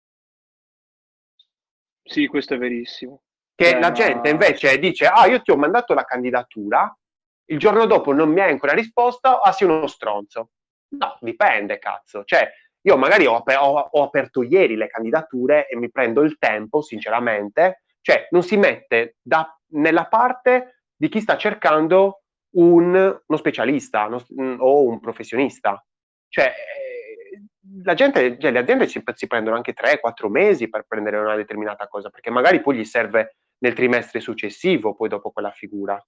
Sì, questo è verissimo. Che Cioè, la gente ma invece dice, ah, io ti ho mandato la candidatura, il giorno dopo non mi hai ancora risposto, ah, sei uno stronzo. No, dipende, cazzo. Cioè, io magari ho, ap- ho- ho aperto ieri le candidature e mi prendo il tempo, sinceramente, cioè non si mette da- nella parte di chi sta cercando un- uno specialista uno- mm, o un professionista. Cioè, eh, la gente, cioè, le aziende si, si prendono anche tre quattro mesi per prendere una determinata cosa, perché magari poi gli serve nel trimestre successivo, poi dopo quella figura.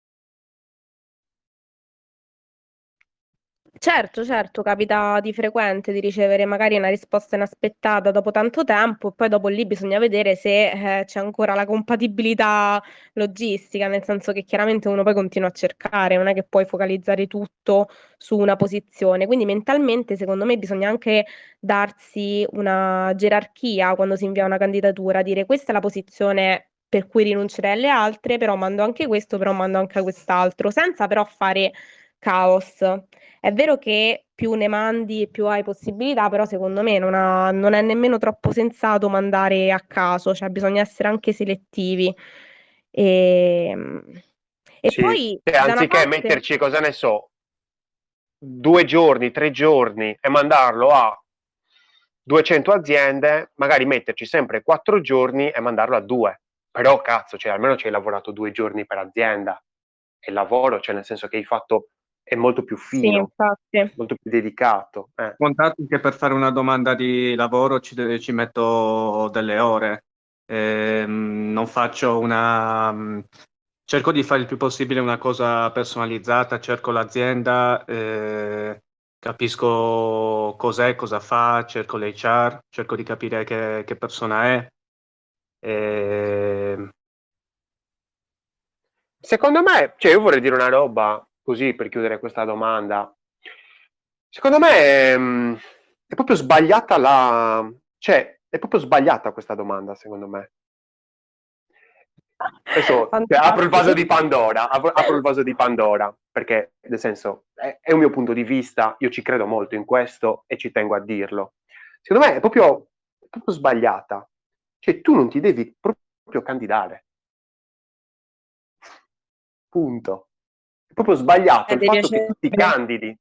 Certo, certo, capita di frequente di ricevere magari una risposta inaspettata dopo tanto tempo e poi dopo lì bisogna vedere se eh, c'è ancora la compatibilità logistica, nel senso che chiaramente uno poi continua a cercare, non è che puoi focalizzare tutto su una posizione. Quindi mentalmente, secondo me, bisogna anche darsi una gerarchia quando si invia una candidatura, dire questa è la posizione per cui rinuncerei alle altre, però mando anche questo, però mando anche quest'altro, senza però fare caos. È vero che più ne mandi e più hai possibilità, però secondo me non ha- non è nemmeno troppo sensato mandare a caso, cioè bisogna essere anche selettivi. E, e Sì, poi cioè, da una anziché parte, metterci, cosa ne so, due giorni, tre giorni e mandarlo a duecento aziende, magari metterci sempre quattro giorni e mandarlo a due. Però cazzo, cioè, almeno ci hai lavorato due giorni per azienda. E il lavoro, cioè nel senso che hai fatto, è molto più sì, fino, infatti. molto più dedicato. Eh. Contate che per fare una domanda di lavoro ci, de- ci metto delle ore. Ehm, non faccio una... mh, cerco di fare il più possibile una cosa personalizzata, cerco l'azienda, eh, capisco cos'è, cosa fa, cerco l'H R, cerco di capire che, che persona è. Ehm, Secondo me, cioè io vorrei dire una roba, così per chiudere questa domanda. Secondo me è, mm, è proprio sbagliata la... cioè, è proprio sbagliata questa domanda, secondo me. Adesso cioè, apro il vaso Fantastico. di Pandora, apro, apro il vaso di Pandora, perché nel senso è, è un mio punto di vista, io ci credo molto in questo e ci tengo a dirlo. Secondo me è proprio, è proprio sbagliata. Cioè, tu non ti devi proprio candidare. Punto. È proprio sbagliato Eh, il devi fatto che tu ti ricevere. candidi.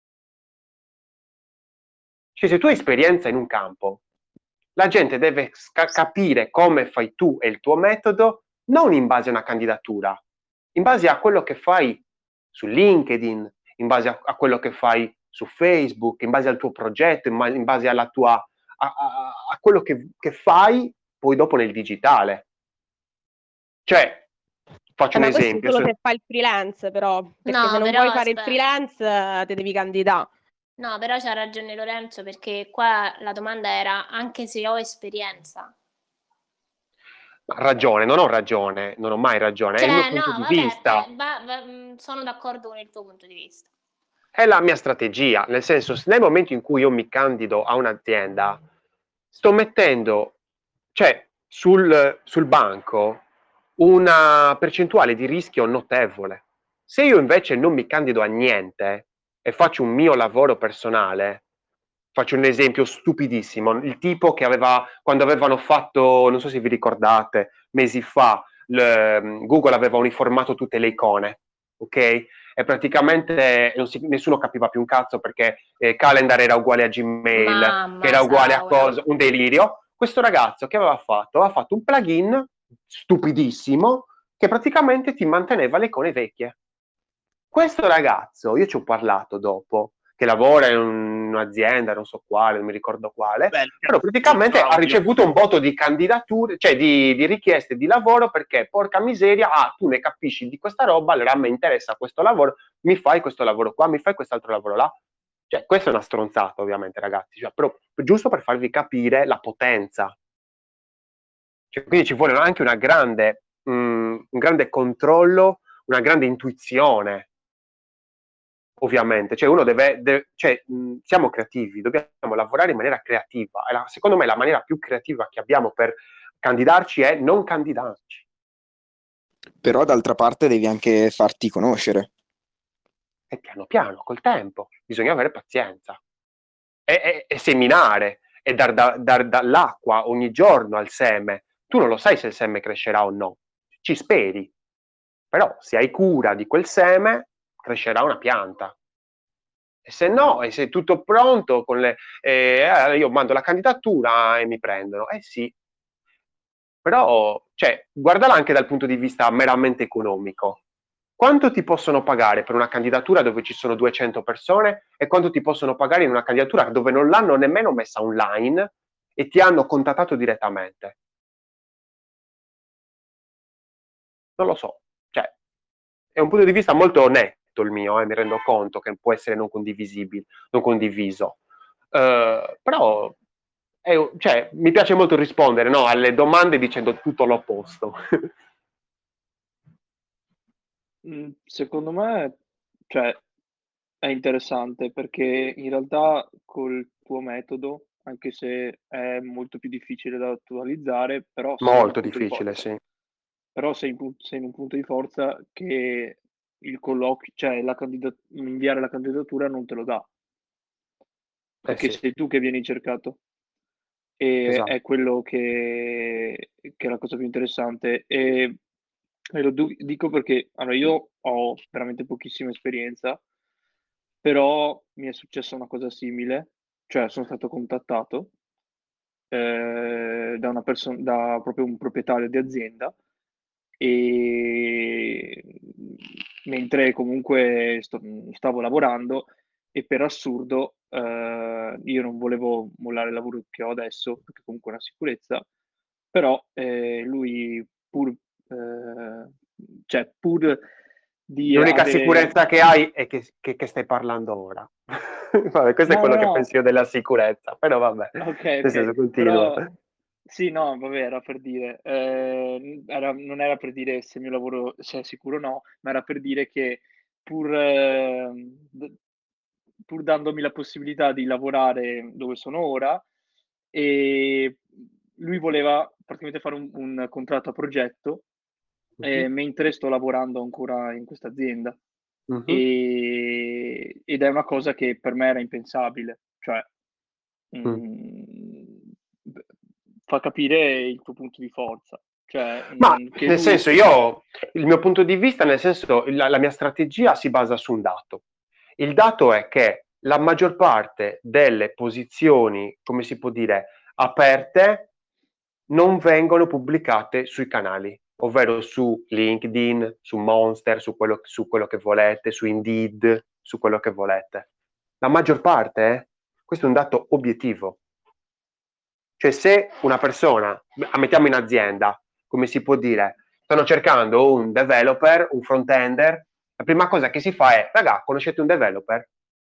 Cioè, se tu hai esperienza in un campo, la gente deve sca- capire come fai tu e il tuo metodo, non in base a una candidatura, in base a quello che fai su LinkedIn, in base a, a quello che fai su Facebook, in base al tuo progetto, in, ma- in base alla tua, a, a- a quello che, che fai poi dopo nel digitale. Cioè, faccio Eh, un ma questo esempio. solo se- se fai il freelance, però, perché se No, non però vuoi fare il aspetta. freelance, eh, ti devi candidare. No, però c'ha ragione Lorenzo perché qua la domanda era anche se ho esperienza. Ha ragione, non ho ragione, non ho mai ragione, è il mio Cioè, punto no, di vabbè, vista. te- va- va- mh, sono d'accordo con il tuo punto di vista. È la mia strategia, nel senso, nel momento in cui io mi candido a un'azienda, sto mettendo, cioè, sul, sul banco una percentuale di rischio notevole. Se io invece non mi candido a niente e faccio un mio lavoro personale, faccio un esempio stupidissimo, il tipo che aveva, quando avevano fatto, non so se vi ricordate, mesi fa, l- Google aveva uniformato tutte le icone, ok? E praticamente non si, nessuno capiva più un cazzo perché eh, Calendar era uguale a Gmail, che Mamma era uguale a Saura. cosa, un delirio. Questo ragazzo che aveva fatto? Aveva fatto un plugin stupidissimo che praticamente ti manteneva le icone vecchie. Questo ragazzo, io ci ho parlato dopo, che lavora in un, un'azienda, non so quale, non mi ricordo quale, Beh, però praticamente ha Claudio. ricevuto un voto di candidature, cioè di, di richieste di lavoro, perché porca miseria, ah, tu ne capisci di questa roba, allora a me interessa questo lavoro, mi fai questo lavoro qua, mi fai quest'altro lavoro là. Cioè, questa è una stronzata, ovviamente, ragazzi, cioè, però giusto per farvi capire la potenza. Cioè, quindi ci vuole anche una grande, mh, un grande controllo, una grande intuizione, ovviamente. Cioè, uno deve, deve cioè, mh, siamo creativi, dobbiamo lavorare in maniera creativa. E la, secondo me la maniera più creativa che abbiamo per candidarci è non candidarci. Però d'altra parte devi anche farti conoscere. E piano piano, col tempo, bisogna avere pazienza. E, e, e seminare, e dar, da, dar dall'acqua ogni giorno al seme. Tu non lo sai se il seme crescerà o no, ci speri. Però se hai cura di quel seme, crescerà una pianta. E se no, e se è tutto pronto, con le, eh, io mando la candidatura e mi prendono. Eh sì. Però, cioè, guardala anche dal punto di vista meramente economico. Quanto ti possono pagare per una candidatura dove ci sono duecento persone e quanto ti possono pagare in una candidatura dove non l'hanno nemmeno messa online e ti hanno contattato direttamente? Non lo so. Cioè, è un punto di vista molto netto il mio, eh, mi rendo conto che può essere non condivisibile, non condiviso. Uh, però è, cioè, mi piace molto rispondere, no, alle domande dicendo tutto l'opposto. Mm, Secondo me, cioè, è interessante perché in realtà col tuo metodo, anche se è molto più difficile da attualizzare, però sei in un Molto punto di difficile, forza. sì. Però sei in, pu- sei in un punto di forza che il colloquio, cioè la candidat- inviare la candidatura non te lo dà, Eh perché sì, sei tu che vieni cercato. E esatto. è quello che, che è la cosa più interessante. E, e lo du- dico perché allora, io ho veramente pochissima esperienza, però mi è successa una cosa simile, cioè sono stato contattato eh, da una persona, da proprio un proprietario di azienda e mentre comunque sto- stavo lavorando e per assurdo eh, io non volevo mollare il lavoro che ho adesso perché comunque è una sicurezza, però eh, lui pur, eh, cioè, pur di L'unica avere... sicurezza che hai è che, che, che stai parlando ora. Vabbè, questo è No, no, quello che no, penso io della sicurezza, però vabbè, ok, nel senso ok, continua. però sì, no, vabbè, era per dire, eh, era- non era per dire se il mio lavoro se è sicuro o no, ma era per dire che pur, eh, d- pur dandomi la possibilità di lavorare dove sono ora, e lui voleva praticamente fare un, un contratto a progetto Mhm, eh, mentre sto lavorando ancora in questa azienda. mhm, E- ed è una cosa che per me era impensabile, cioè mm. mm, b- fa capire il tuo punto di forza, cioè Ma mm, che nel lui... senso, io, il mio punto di vista, nel senso, la, la mia strategia si basa su un dato. Il dato è che la maggior parte delle posizioni, come si può dire, aperte, non vengono pubblicate sui canali, ovvero su LinkedIn, su Monster, su quello, su quello che volete, su Indeed, su quello che volete. La maggior parte, eh? Questo è un dato obiettivo. Cioè, se una persona, mettiamo in azienda, come si può dire, stanno cercando un developer, un front-ender, la prima cosa che si fa è, raga, conoscete un developer?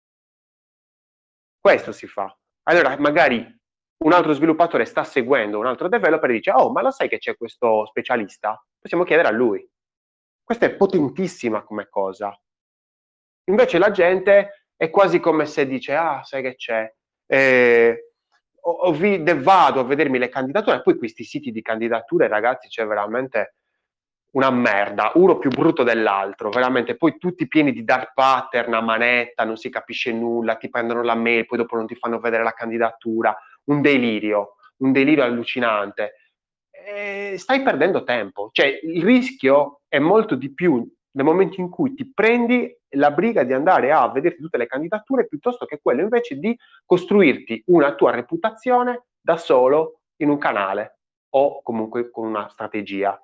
Questo si fa. Allora, magari un altro sviluppatore sta seguendo un altro developer e dice, oh, ma lo sai che c'è questo specialista? Possiamo chiedere a lui. Questa è potentissima come cosa. Invece la gente è quasi come se dice, ah, sai che c'è? Eh, o, o vi, vado a vedermi le candidature, e poi questi siti di candidature, ragazzi, c'è veramente una merda, uno più brutto dell'altro, veramente, poi tutti pieni di dark pattern a manetta, non si capisce nulla, ti prendono la mail, poi dopo non ti fanno vedere la candidatura, un delirio, un delirio allucinante. E stai perdendo tempo, cioè il rischio è molto di più nel momento in cui ti prendi la briga di andare a vedere tutte le candidature piuttosto che quello invece di costruirti una tua reputazione da solo in un canale o comunque con una strategia.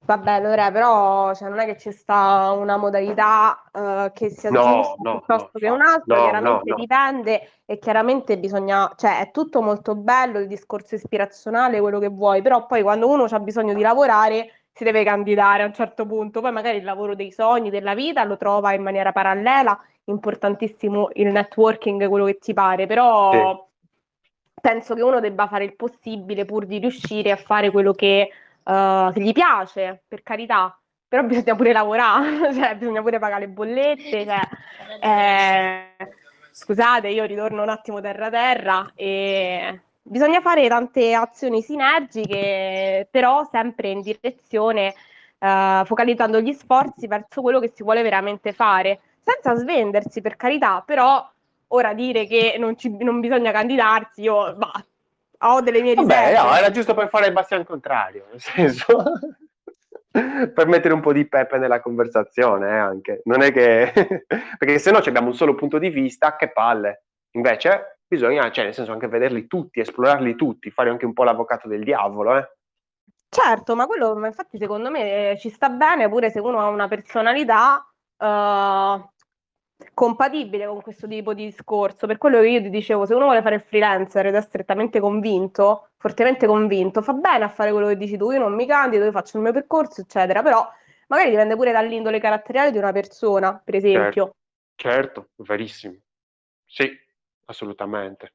Vabbè, Lore, però cioè, non è che ci sta una modalità eh, che sia No, giusta no, no, piuttosto che infatti. un'altra, No, no, chiaramente no. dipende e chiaramente bisogna, cioè è tutto molto bello, il discorso ispirazionale, quello che vuoi, però poi quando uno ha bisogno di lavorare si deve candidare a un certo punto, poi magari il lavoro dei sogni, della vita lo trova in maniera parallela, importantissimo il networking, quello che ti pare, Sì. però penso che uno debba fare il possibile pur di riuscire a fare quello che, eh, che gli piace, per carità, però bisogna pure lavorare, cioè bisogna pure pagare le bollette, cioè, eh, scusate, io ritorno un attimo terra terra e bisogna fare tante azioni sinergiche, però sempre in direzione, eh, focalizzando gli sforzi verso quello che si vuole veramente fare, senza svendersi, per carità, però ora dire che non, ci, non bisogna candidarsi, io bah, ho delle mie Vabbè, riserve. no, era giusto per fare il bastian contrario, nel senso, per mettere un po' di pepe nella conversazione, eh, anche. Non è che... perché se no abbiamo un solo punto di vista, che palle. Invece bisogna, cioè, nel senso, anche vederli tutti, esplorarli tutti, fare anche un po' l'avvocato del diavolo, eh. Certo, ma quello ma infatti secondo me eh, ci sta bene pure se uno ha una personalità eh, compatibile con questo tipo di discorso. Per quello che io ti dicevo, se uno vuole fare il freelancer ed è strettamente convinto, fortemente convinto, fa bene a fare quello che dici tu, io non mi candido, io faccio il mio percorso, eccetera, però magari dipende pure dall'indole caratteriale di una persona, per Certo, esempio. certo, verissimo. Sì, assolutamente.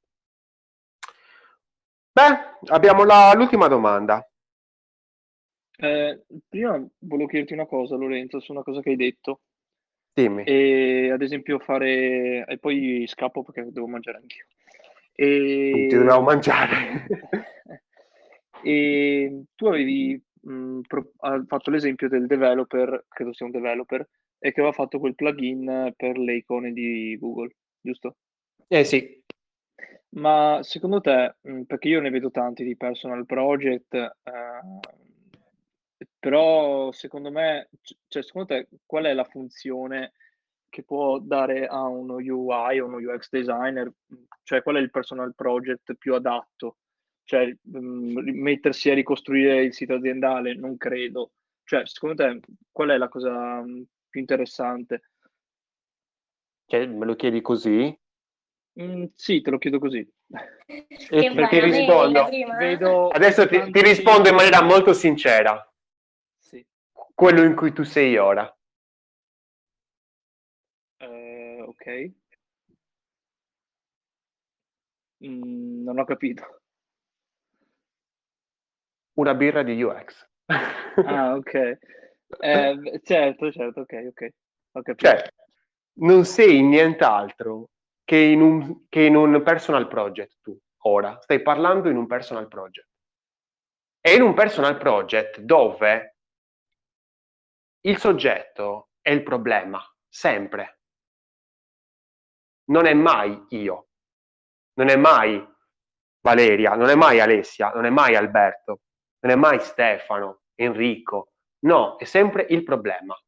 Beh, abbiamo la- l'ultima domanda. Eh, prima volevo chiederti una cosa, Lorenzo, su una cosa che hai detto. Dimmi. E ad esempio fare... E poi scappo perché devo mangiare anch'io. Tutti dobbiamo E... mangiare. E tu avevi mh, pro- ha fatto l'esempio del developer, credo sia un developer, e che aveva fatto quel plugin per le icone di Google, giusto? Eh sì. Ma secondo te, mh, perché io ne vedo tanti di personal project, eh, però secondo me, c- cioè secondo te qual è la funzione che può dare a uno U I o uno U X designer? Cioè qual è il personal project più adatto? Cioè mh, mettersi a ricostruire il sito aziendale? Non credo. Cioè secondo te qual è la cosa mh, più interessante? Cioè, me lo chiedi così? Mm, sì, te lo chiedo così. E Che ti vai, a me rispondo. prima? Vedo Adesso ti, ti tanti... rispondo in maniera molto sincera. Sì. Quello in cui tu sei ora. Eh, ok. Mm, non ho capito. Una birra di U X. Ah, ok. Eh, certo, certo, ok, ok. Ho capito. Cioè, non sei nient'altro che in un, che in un personal project tu, ora. Stai parlando in un personal project. E in un personal project dove il soggetto è il problema, sempre. Non è mai io, non è mai Valeria, non è mai Alessia, non è mai Alberto, non è mai Stefano, Enrico. No, è sempre il problema.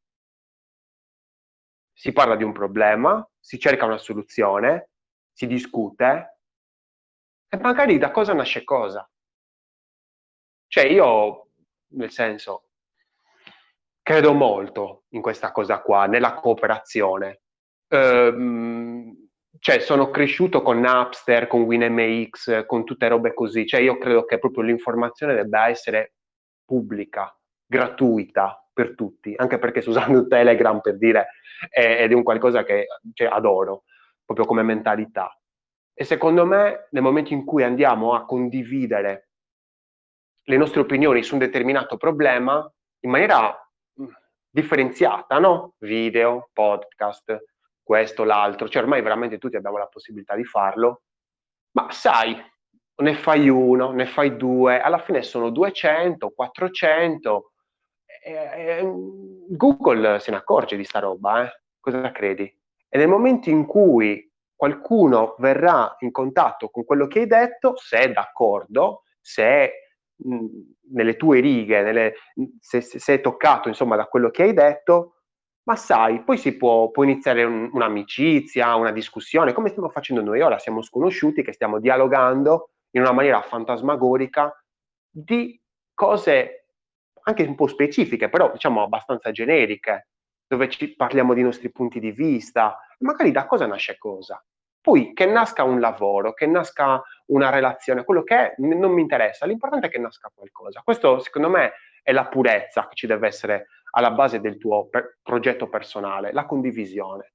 Si parla di un problema, si cerca una soluzione, si discute e magari da cosa nasce cosa. Cioè io, nel senso, credo molto in questa cosa qua, nella cooperazione. Ehm, cioè sono cresciuto con Napster, con WinMX, con tutte robe così. Cioè io credo che proprio l'informazione debba essere pubblica, gratuita per tutti, anche perché sto usando Telegram per dire, eh, ed è un qualcosa che cioè, adoro, proprio come mentalità. E secondo me, nel momento in cui andiamo a condividere le nostre opinioni su un determinato problema, in maniera mh, differenziata, no? Video, podcast, questo, l'altro, cioè ormai veramente tutti abbiamo la possibilità di farlo, ma sai, ne fai uno, ne fai due, alla fine sono duecento, quattrocento, e, e, Google se ne accorge di sta roba, eh? Cosa credi? E nel momento in cui qualcuno verrà in contatto con quello che hai detto, se è d'accordo, se è mh, nelle tue righe, nelle, se, se, se è toccato insomma da quello che hai detto, ma sai, poi si può, può iniziare un, un'amicizia, una discussione, come stiamo facendo noi ora, siamo sconosciuti che stiamo dialogando in una maniera fantasmagorica di cose anche un po' specifiche, però diciamo abbastanza generiche, dove ci parliamo dei nostri punti di vista, magari da cosa nasce cosa. Poi che nasca un lavoro, che nasca una relazione, quello che è, n- non mi interessa, l'importante è che nasca qualcosa. Questo secondo me è la purezza che ci deve essere alla base del tuo per- progetto personale, la condivisione.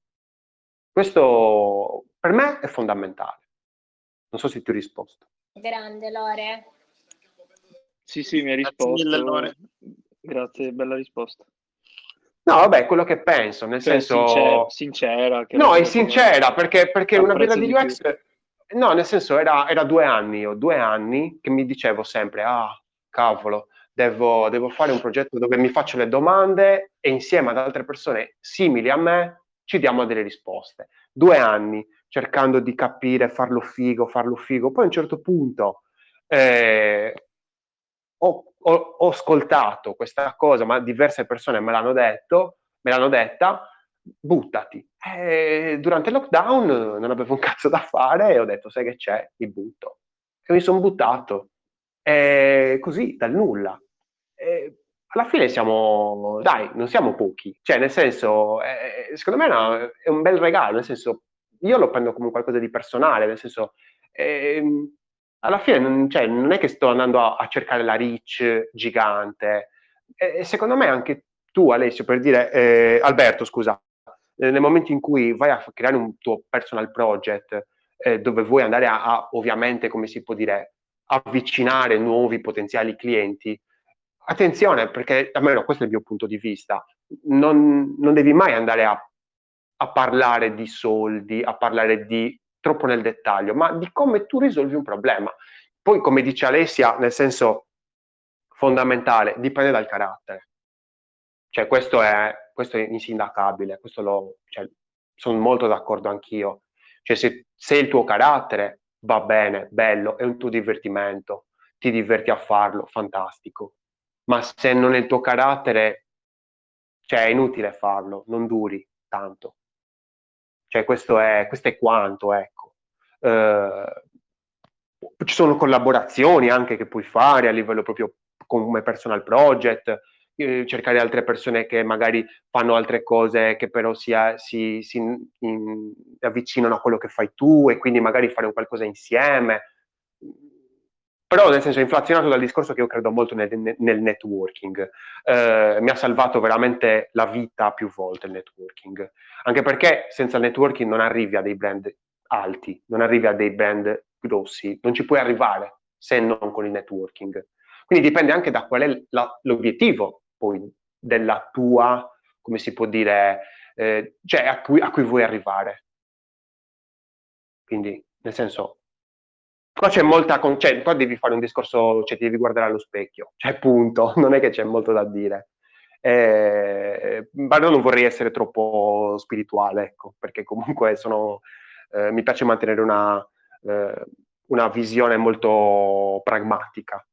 Questo per me è fondamentale. Non so se ti ho risposto. Grande Lore. Sì, sì, mi hai Grazie mille, risposto. Lore. Grazie, bella risposta. No, vabbè, quello che penso, nel Cioè, senso... sincer- sincera. Che è la No, è cosa che sincera, perché, perché una birra apprezzo di di U più. X... No, nel senso, era, era due anni, io, due anni che mi dicevo sempre, ah, cavolo, devo, devo fare un progetto dove mi faccio le domande e insieme ad altre persone simili a me ci diamo delle risposte. Due anni cercando di capire, farlo figo, farlo figo. Poi a un certo punto eh, ho, ho, ho ascoltato questa cosa, ma diverse persone me l'hanno detto, me l'hanno detta, buttati. E durante il lockdown non avevo un cazzo da fare e ho detto, sai che c'è? Mi butto. E mi sono buttato. E così, dal nulla. E alla fine siamo, dai, non siamo pochi. Cioè, nel senso, eh, secondo me è, una- è un bel regalo, nel senso, io lo prendo come qualcosa di personale, nel senso, ehm, alla fine non, cioè, non è che sto andando a, a cercare la reach gigante. E, e secondo me anche tu, Alessio, per dire, eh, Alberto, scusa, eh, nel momento in cui vai a creare un tuo personal project, eh, dove vuoi andare a, a, ovviamente, come si può dire, avvicinare nuovi potenziali clienti, attenzione, perché almeno questo è il mio punto di vista, non, non devi mai andare a, a parlare di soldi, a parlare di troppo nel dettaglio, ma di come tu risolvi un problema. Poi, come dice Alessia, nel senso fondamentale, dipende dal carattere. Cioè, questo è, questo è insindacabile, questo lo, cioè, sono molto d'accordo anch'io. Cioè, se, se il tuo carattere va bene, bello, è un tuo divertimento, ti diverti a farlo, fantastico. Ma se non è il tuo carattere, cioè, è inutile farlo, non duri tanto. Cioè, questo è, questo è quanto, ecco. Eh, ci sono collaborazioni anche che puoi fare a livello proprio come personal project, eh, cercare altre persone che magari fanno altre cose che però si, si, si in, avvicinano a quello che fai tu e quindi magari fare un qualcosa insieme. Però nel senso inflazionato dal discorso che io credo molto nel, nel networking. Eh, mi ha salvato veramente la vita più volte il networking, anche perché senza il networking non arrivi a dei brand alti, non arrivi a dei brand grossi, non ci puoi arrivare se non con il networking. Quindi dipende anche da qual è la, l'obiettivo poi della tua, come si può dire, eh, cioè a cui, a cui vuoi arrivare. Quindi, nel senso, qua c'è molta, con- cioè, qua devi fare un discorso, cioè ti devi guardare allo specchio, cioè punto, non è che c'è molto da dire. Eh, ma non vorrei essere troppo spirituale, ecco, perché comunque sono, eh, mi piace mantenere una, eh, una visione molto pragmatica.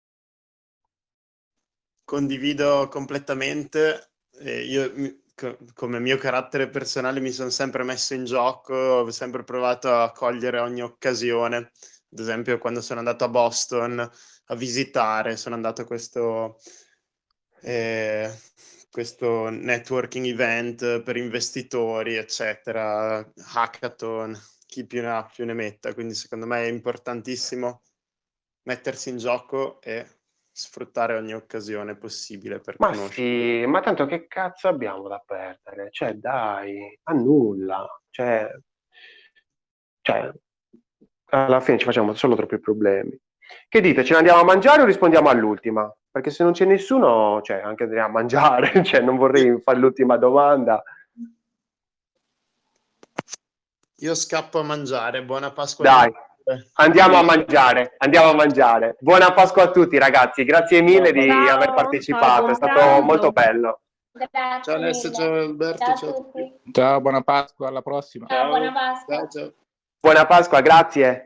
Condivido completamente. Eh, io, mi- co- come mio carattere personale, mi sono sempre messo in gioco, ho sempre provato a cogliere ogni occasione. Ad esempio, quando sono andato a Boston a visitare, sono andato a questo, eh, questo networking event per investitori, eccetera, hackathon, chi più ne ha più ne metta. Quindi, secondo me è importantissimo mettersi in gioco e sfruttare ogni occasione possibile per Ma conoscere. sì, ma tanto che cazzo abbiamo da perdere? Cioè, dai, a nulla. Cioè, cioè, alla fine ci facciamo solo troppi problemi. Che dite, ce ne andiamo a mangiare o rispondiamo all'ultima? Perché se non c'è nessuno, cioè, anche andiamo a mangiare, cioè, non vorrei fare l'ultima domanda. Io scappo a mangiare, buona Pasqua Dai, a tutti. andiamo a mangiare, andiamo a mangiare. Buona Pasqua a tutti, ragazzi. Grazie mille di Ciao, aver ciao, partecipato, è buon stato molto pranzo. bello. Grazie Ciao Alessio, mille. ciao Alberto, Ciao a ciao a tutti. tutti. Ciao, buona Pasqua, alla prossima. Ciao, buona Ciao, Pasqua. ciao, ciao. Buona Pasqua, grazie.